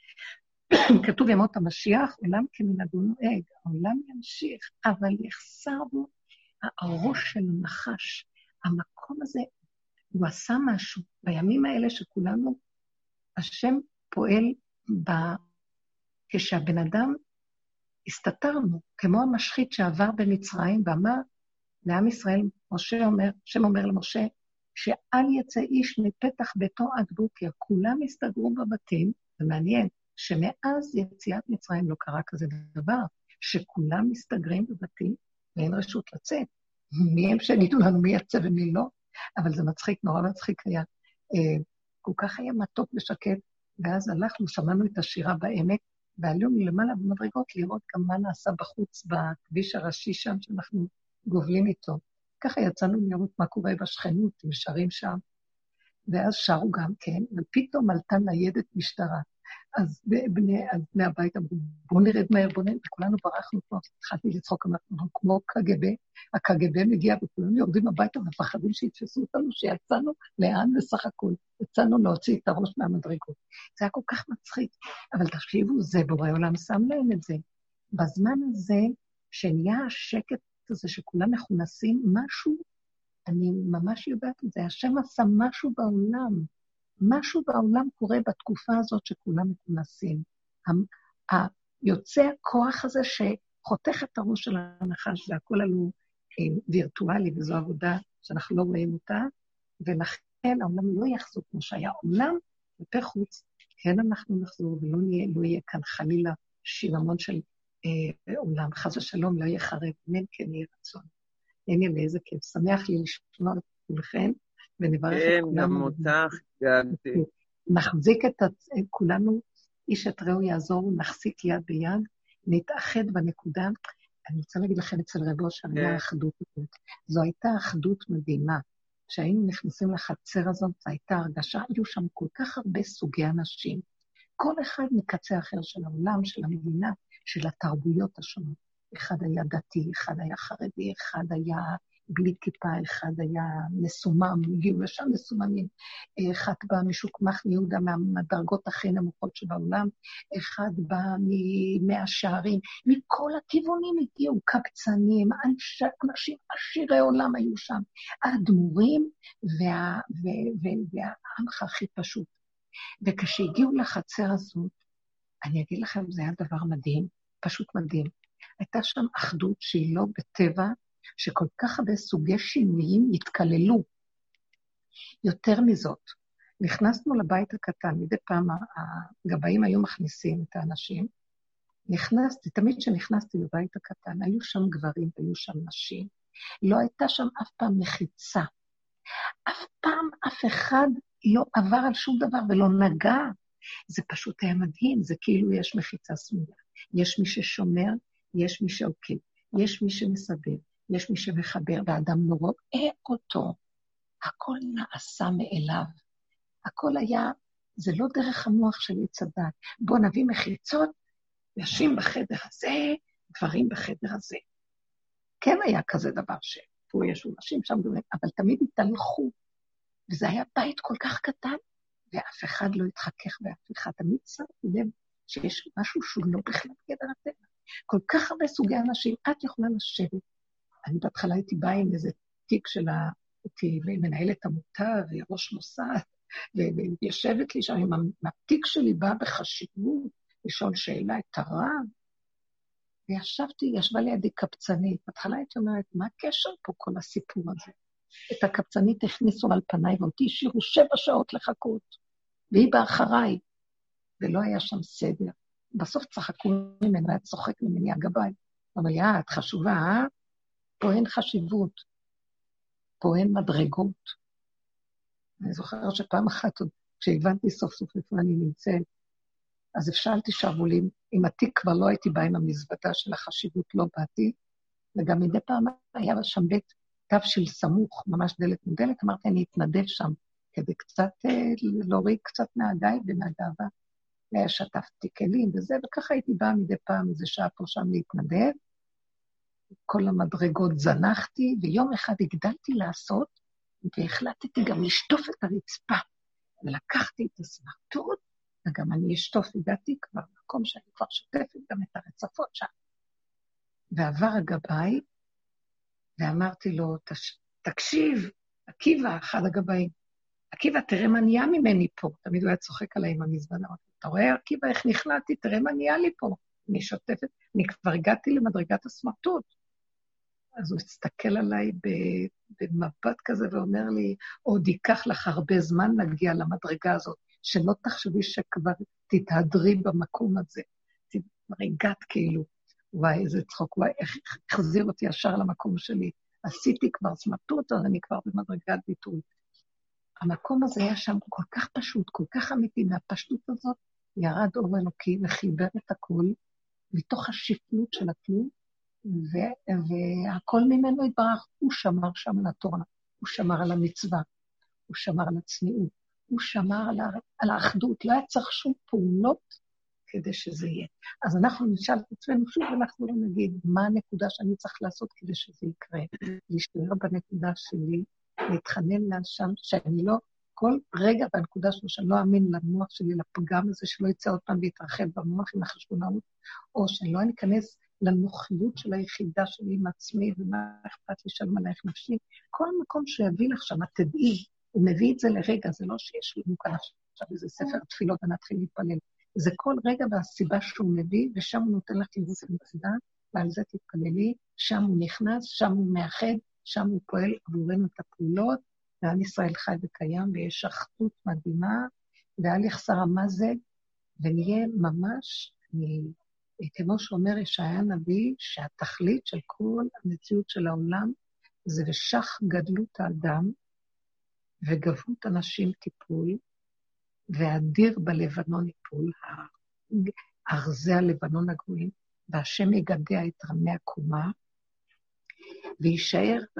כתוב ימות המשיח, עולם כמנהגו נוהג, העולם ימשיך, אבל יחסר בו הראש של הנחש. המקום הזה, הוא עשה משהו בימים האלה שכולנו, השם פועל ב... כשהבן אדם הסתתרנו, כמו המשחית שעבר במצרים, ואמר לעם ישראל, משה אומר, השם אומר למשה, שאל יצא איש מפתח ביתו עד בוקר, כולם הסתגרו בבתים, זה מעניין, שמאז יציאת מצרים לא קרה כזה דבר, שכולם מסתגרים בבתים, ואין רשות לצאת. מי הם שגידו לנו מי יצא ומי לא? אבל זה מצחיק, נורא מצחיק היה. אה, כל כך היה מתוק ושקט, ואז הלכנו, שמענו את השירה בעמק, ועלינו למעלה במדרגות לראות גם מה נעשה בחוץ, בכביש הראשי שם, שאנחנו גובלים איתו. ככה יצאנו לראות מה קורה בשכנות, הם שרים שם, ואז שרו גם כן, ופתאום עלתה ניידת משטרה. אז בני, אז בני הבית אמרו, בואו נרד מהר, בואו נרד, וכולנו ברחנו פה, התחלתי לצחוק, אנחנו כמו קג"ב, הקג"ב מגיע וכולנו יורדים הביתה ופחדים שיתפסו אותנו, שיצאנו לאן בסך הכל, יצאנו להוציא את הראש מהמדרגות. זה היה כל כך מצחיק, אבל תחשיבו, זה בורא עולם שם להם את זה. בזמן הזה, שנהיה השקט הזה שכולם מכונסים, משהו, אני ממש יודעת את זה, השם עשה משהו בעולם, משהו בעולם קורה בתקופה הזאת שכולם מכונסים. היוצא הכוח הזה שחותך את הראש של הנחש, זה הכל עלו וירטואלי, וזו עבודה שאנחנו לא רואים אותה, ולכן העולם לא יחזור כמו שהיה. עולם, בפה חוץ, כן אנחנו נחזור, ולא נהיה, לא יהיה כאן חלילה שיממון של אה, עולם. חס ושלום לא יהיה חרב, מן כן יהיה רצון. אין לי איזה כיף, שמח לי לשמוע את כולכם, ונברך כן, את כולנו. גם אותך, גנתי. נחזיק את כולנו, איש את רעהו יעזור, נחזיק יד ביד, נתאחד בנקודה. אני רוצה להגיד לכם אצל רבו שהייתה אחדות הזאת. זו הייתה אחדות מדהימה. כשהיינו נכנסים לחצר הזאת, זו הייתה הרגשה, היו שם כל כך הרבה סוגי אנשים, כל אחד מקצה אחר של העולם, של המדינה, של התרבויות השונות. אחד היה דתי, אחד היה חרדי, אחד היה בלי כיפה, אחד היה מסומם, הגיעו לשם מסוממים, אחד בא משוקמח מיהודה מהדרגות הכי נמוכות שבעולם, אחד בא מהשערים, מכל הכיוונים הגיעו קבצנים, אנשים עשירי עולם היו שם, האדמו"רים וה, והעמך הכי פשוט. וכשהגיעו לחצר הזאת, אני אגיד לכם, זה היה דבר מדהים, פשוט מדהים. הייתה שם אחדות שהיא לא בטבע, שכל כך הרבה סוגי שינויים התקללו. יותר מזאת, נכנסנו לבית הקטן, מדי פעם הגבאים היו מכניסים את האנשים, נכנסתי, תמיד כשנכנסתי לבית הקטן, היו שם גברים, היו שם נשים, לא הייתה שם אף פעם מחיצה, אף פעם אף אחד לא עבר על שום דבר ולא נגע, זה פשוט היה מדהים, זה כאילו יש מחיצה סמויה, יש מי ששומר, יש מי שעוקב, יש מי שמסדר, יש מי שמחבר, ואדם לא רואה אותו. הכל נעשה מאליו. הכל היה, זה לא דרך המוח של עץ הדת. בוא נביא מחיצות, נשים בחדר הזה, גברים בחדר הזה. כן היה כזה דבר שפה יש נשים שם גברים, אבל תמיד התהלכו. וזה היה בית כל כך קטן, ואף אחד לא התחכך באף אחד. תמיד שמתי לב שיש משהו שהוא לא בכלל גדר הטבע. כל כך הרבה סוגי אנשים, את יכולה לשבת. אני בהתחלה הייתי באה עם איזה תיק של ה... הייתי מנהלת עמותה וראש מוסד, ויושבת לי שם עם התיק שלי באה בחשיבות, לשאול שאלה את הרב, וישבתי, ישבה לידי קבצנית. בהתחלה הייתי אומרת, מה הקשר פה כל הסיפור הזה? את הקבצנית הכניסו על פניי, ואותי השאירו שבע שעות לחכות, והיא באה אחריי, ולא היה שם סדר. בסוף צחקו ממנו, היה צוחק ממני הגבאי. אבל יא, את חשובה, אה? פה אין חשיבות, פה אין מדרגות. אני זוכרת שפעם אחת, כשהבנתי סוף סוף איפה אני נמצאת, אז אפשרתי שרוולים, עם התיק כבר לא הייתי באה עם המזוודה של החשיבות, לא באתי, וגם מדי פעם היה שם בית תו של סמוך, ממש דלת מודלת, אמרתי, אני אתנדב שם, כדי קצת להוריד קצת מהגיא ומהגאווה, שטפתי כלים וזה, וככה הייתי באה מדי פעם איזה שעה פה שם להתנדב, כל המדרגות זנחתי, ויום אחד הגדלתי לעשות, והחלטתי גם לשטוף את הרצפה, ולקחתי את הסמרטוט, וגם אני אשטוף, הגעתי כבר מקום שאני כבר שוטפת גם את הרצפות שם. ועבר הגבאי, ואמרתי לו, תקשיב, עקיבא, אחד הגבאים, עקיבא, תראה מה נהיה ממני פה. תמיד הוא היה צוחק עליי עם המזוודה. אתה רואה, עקיבא, איך נחלטתי, תראה מה נהיה לי פה. אני שוטפת, אני כבר הגעתי למדרגת הסמרטוט. אז הוא הסתכל עליי במבט כזה ואומר לי, עוד ייקח לך הרבה זמן להגיע למדרגה הזאת, שלא תחשבי שכבר תתהדרי במקום הזה. כבר הגעת כאילו, וואי, איזה צחוק, וואי, איך החזיר אותי ישר למקום שלי. עשיתי כבר סמרטוט, אז אני כבר במדרגת ביטוי. המקום הזה היה שם כל כך פשוט, כל כך אמיתי, מהפשטות הזאת ירד אור אלוקי וחיבר את הכל, מתוך השפלות של הכלום, והכל ממנו התברך, הוא שמר שם על התורה, הוא שמר על המצווה, הוא שמר על הצניעות, הוא שמר על, על האחדות, לא היה צריך שום פעולות כדי שזה יהיה. אז אנחנו נשאל את עצמנו שוב, ואנחנו לא נגיד מה הנקודה שאני צריך לעשות כדי שזה יקרה, להשתמר בנקודה שלי, להתחנן להשם, שאני לא, כל רגע בנקודה שלו, שאני לא אאמין למוח שלי, לפגם הזה, שלא יצא עוד פעם ויתרחב במוח עם החשבונאות, או שאני לא אכנס לנוחיות של היחידה שלי עם עצמי, ומה אכפת לי שלום עלייך נפשי, כל מקום שיביא לך שם, תדעי, הוא מביא את זה לרגע, זה לא שיש לנו כאן עכשיו איזה ספר תפילות ונתחיל להתפלל, זה כל רגע והסיבה שהוא מביא, ושם הוא נותן לך לראות את המצדה, ועל זה תתפללי, שם הוא נכנס, שם הוא מאחד, שם הוא פועל עבורנו את הפעולות, ועל ישראל חי וקיים, ויש אחדות מדהימה, ועל יחסר המזג, ונהיה ממש, כמו שאומר ישעיה הנביא, שהתכלית של כל המציאות של העולם, זה ושך גדלות האדם, וגבות אנשים טיפול, ואדיר בלבנון טיפול, ארזי הלבנון הגבוהים, והשם יגדע את רמי הקומה, וישאר רק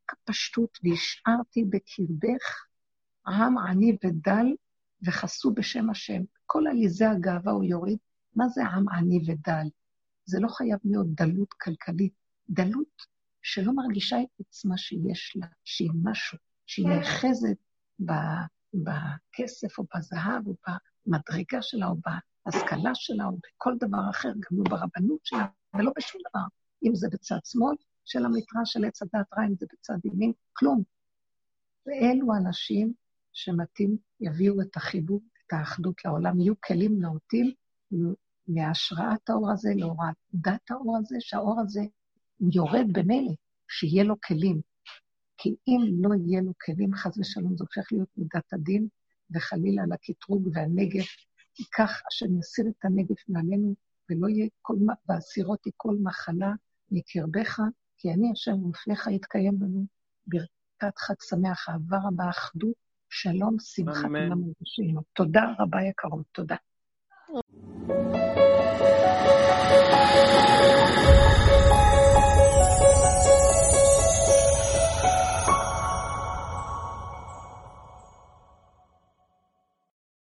הפשטות, והשארתי בקרבך עם עני ודל, וחסו בשם השם. כל עליזה הגאווה הוא יוריד. מה זה עם עני ודל? זה לא חייב להיות דלות כלכלית. דלות שלא מרגישה את עצמה שיש לה, שהיא משהו, שהיא נאחזת בכסף או בזהב או במדרגה שלה או בהשכלה שלה או בכל דבר אחר, גם לא ברבנות שלה, ולא בשום דבר. אם זה בצד שמאל של המטרה של עץ הדת רע, אם זה בצד ימין, כלום. ואלו אנשים שמתאים יביאו את החיבור, את האחדות לעולם, יהיו כלים נאותים מהשראת האור הזה להורדת האור הזה, שהאור הזה יורד במילא, שיהיה לו כלים. כי אם לא יהיה לו כלים, חס ושלום, זה הופך להיות מידת הדין, וחלילה לקטרוג והנגף, כך אשר נסיר את הנגף מעלינו, ולא יהיה כל, והסירות היא כל מחלה מקרבך, כי אני השם ומפליך יתקיים בנו, ברכת חג שמח, אהבה רבה, אחדות, שלום, שמחת עולם ובשעים. תודה רבה יקרות, תודה.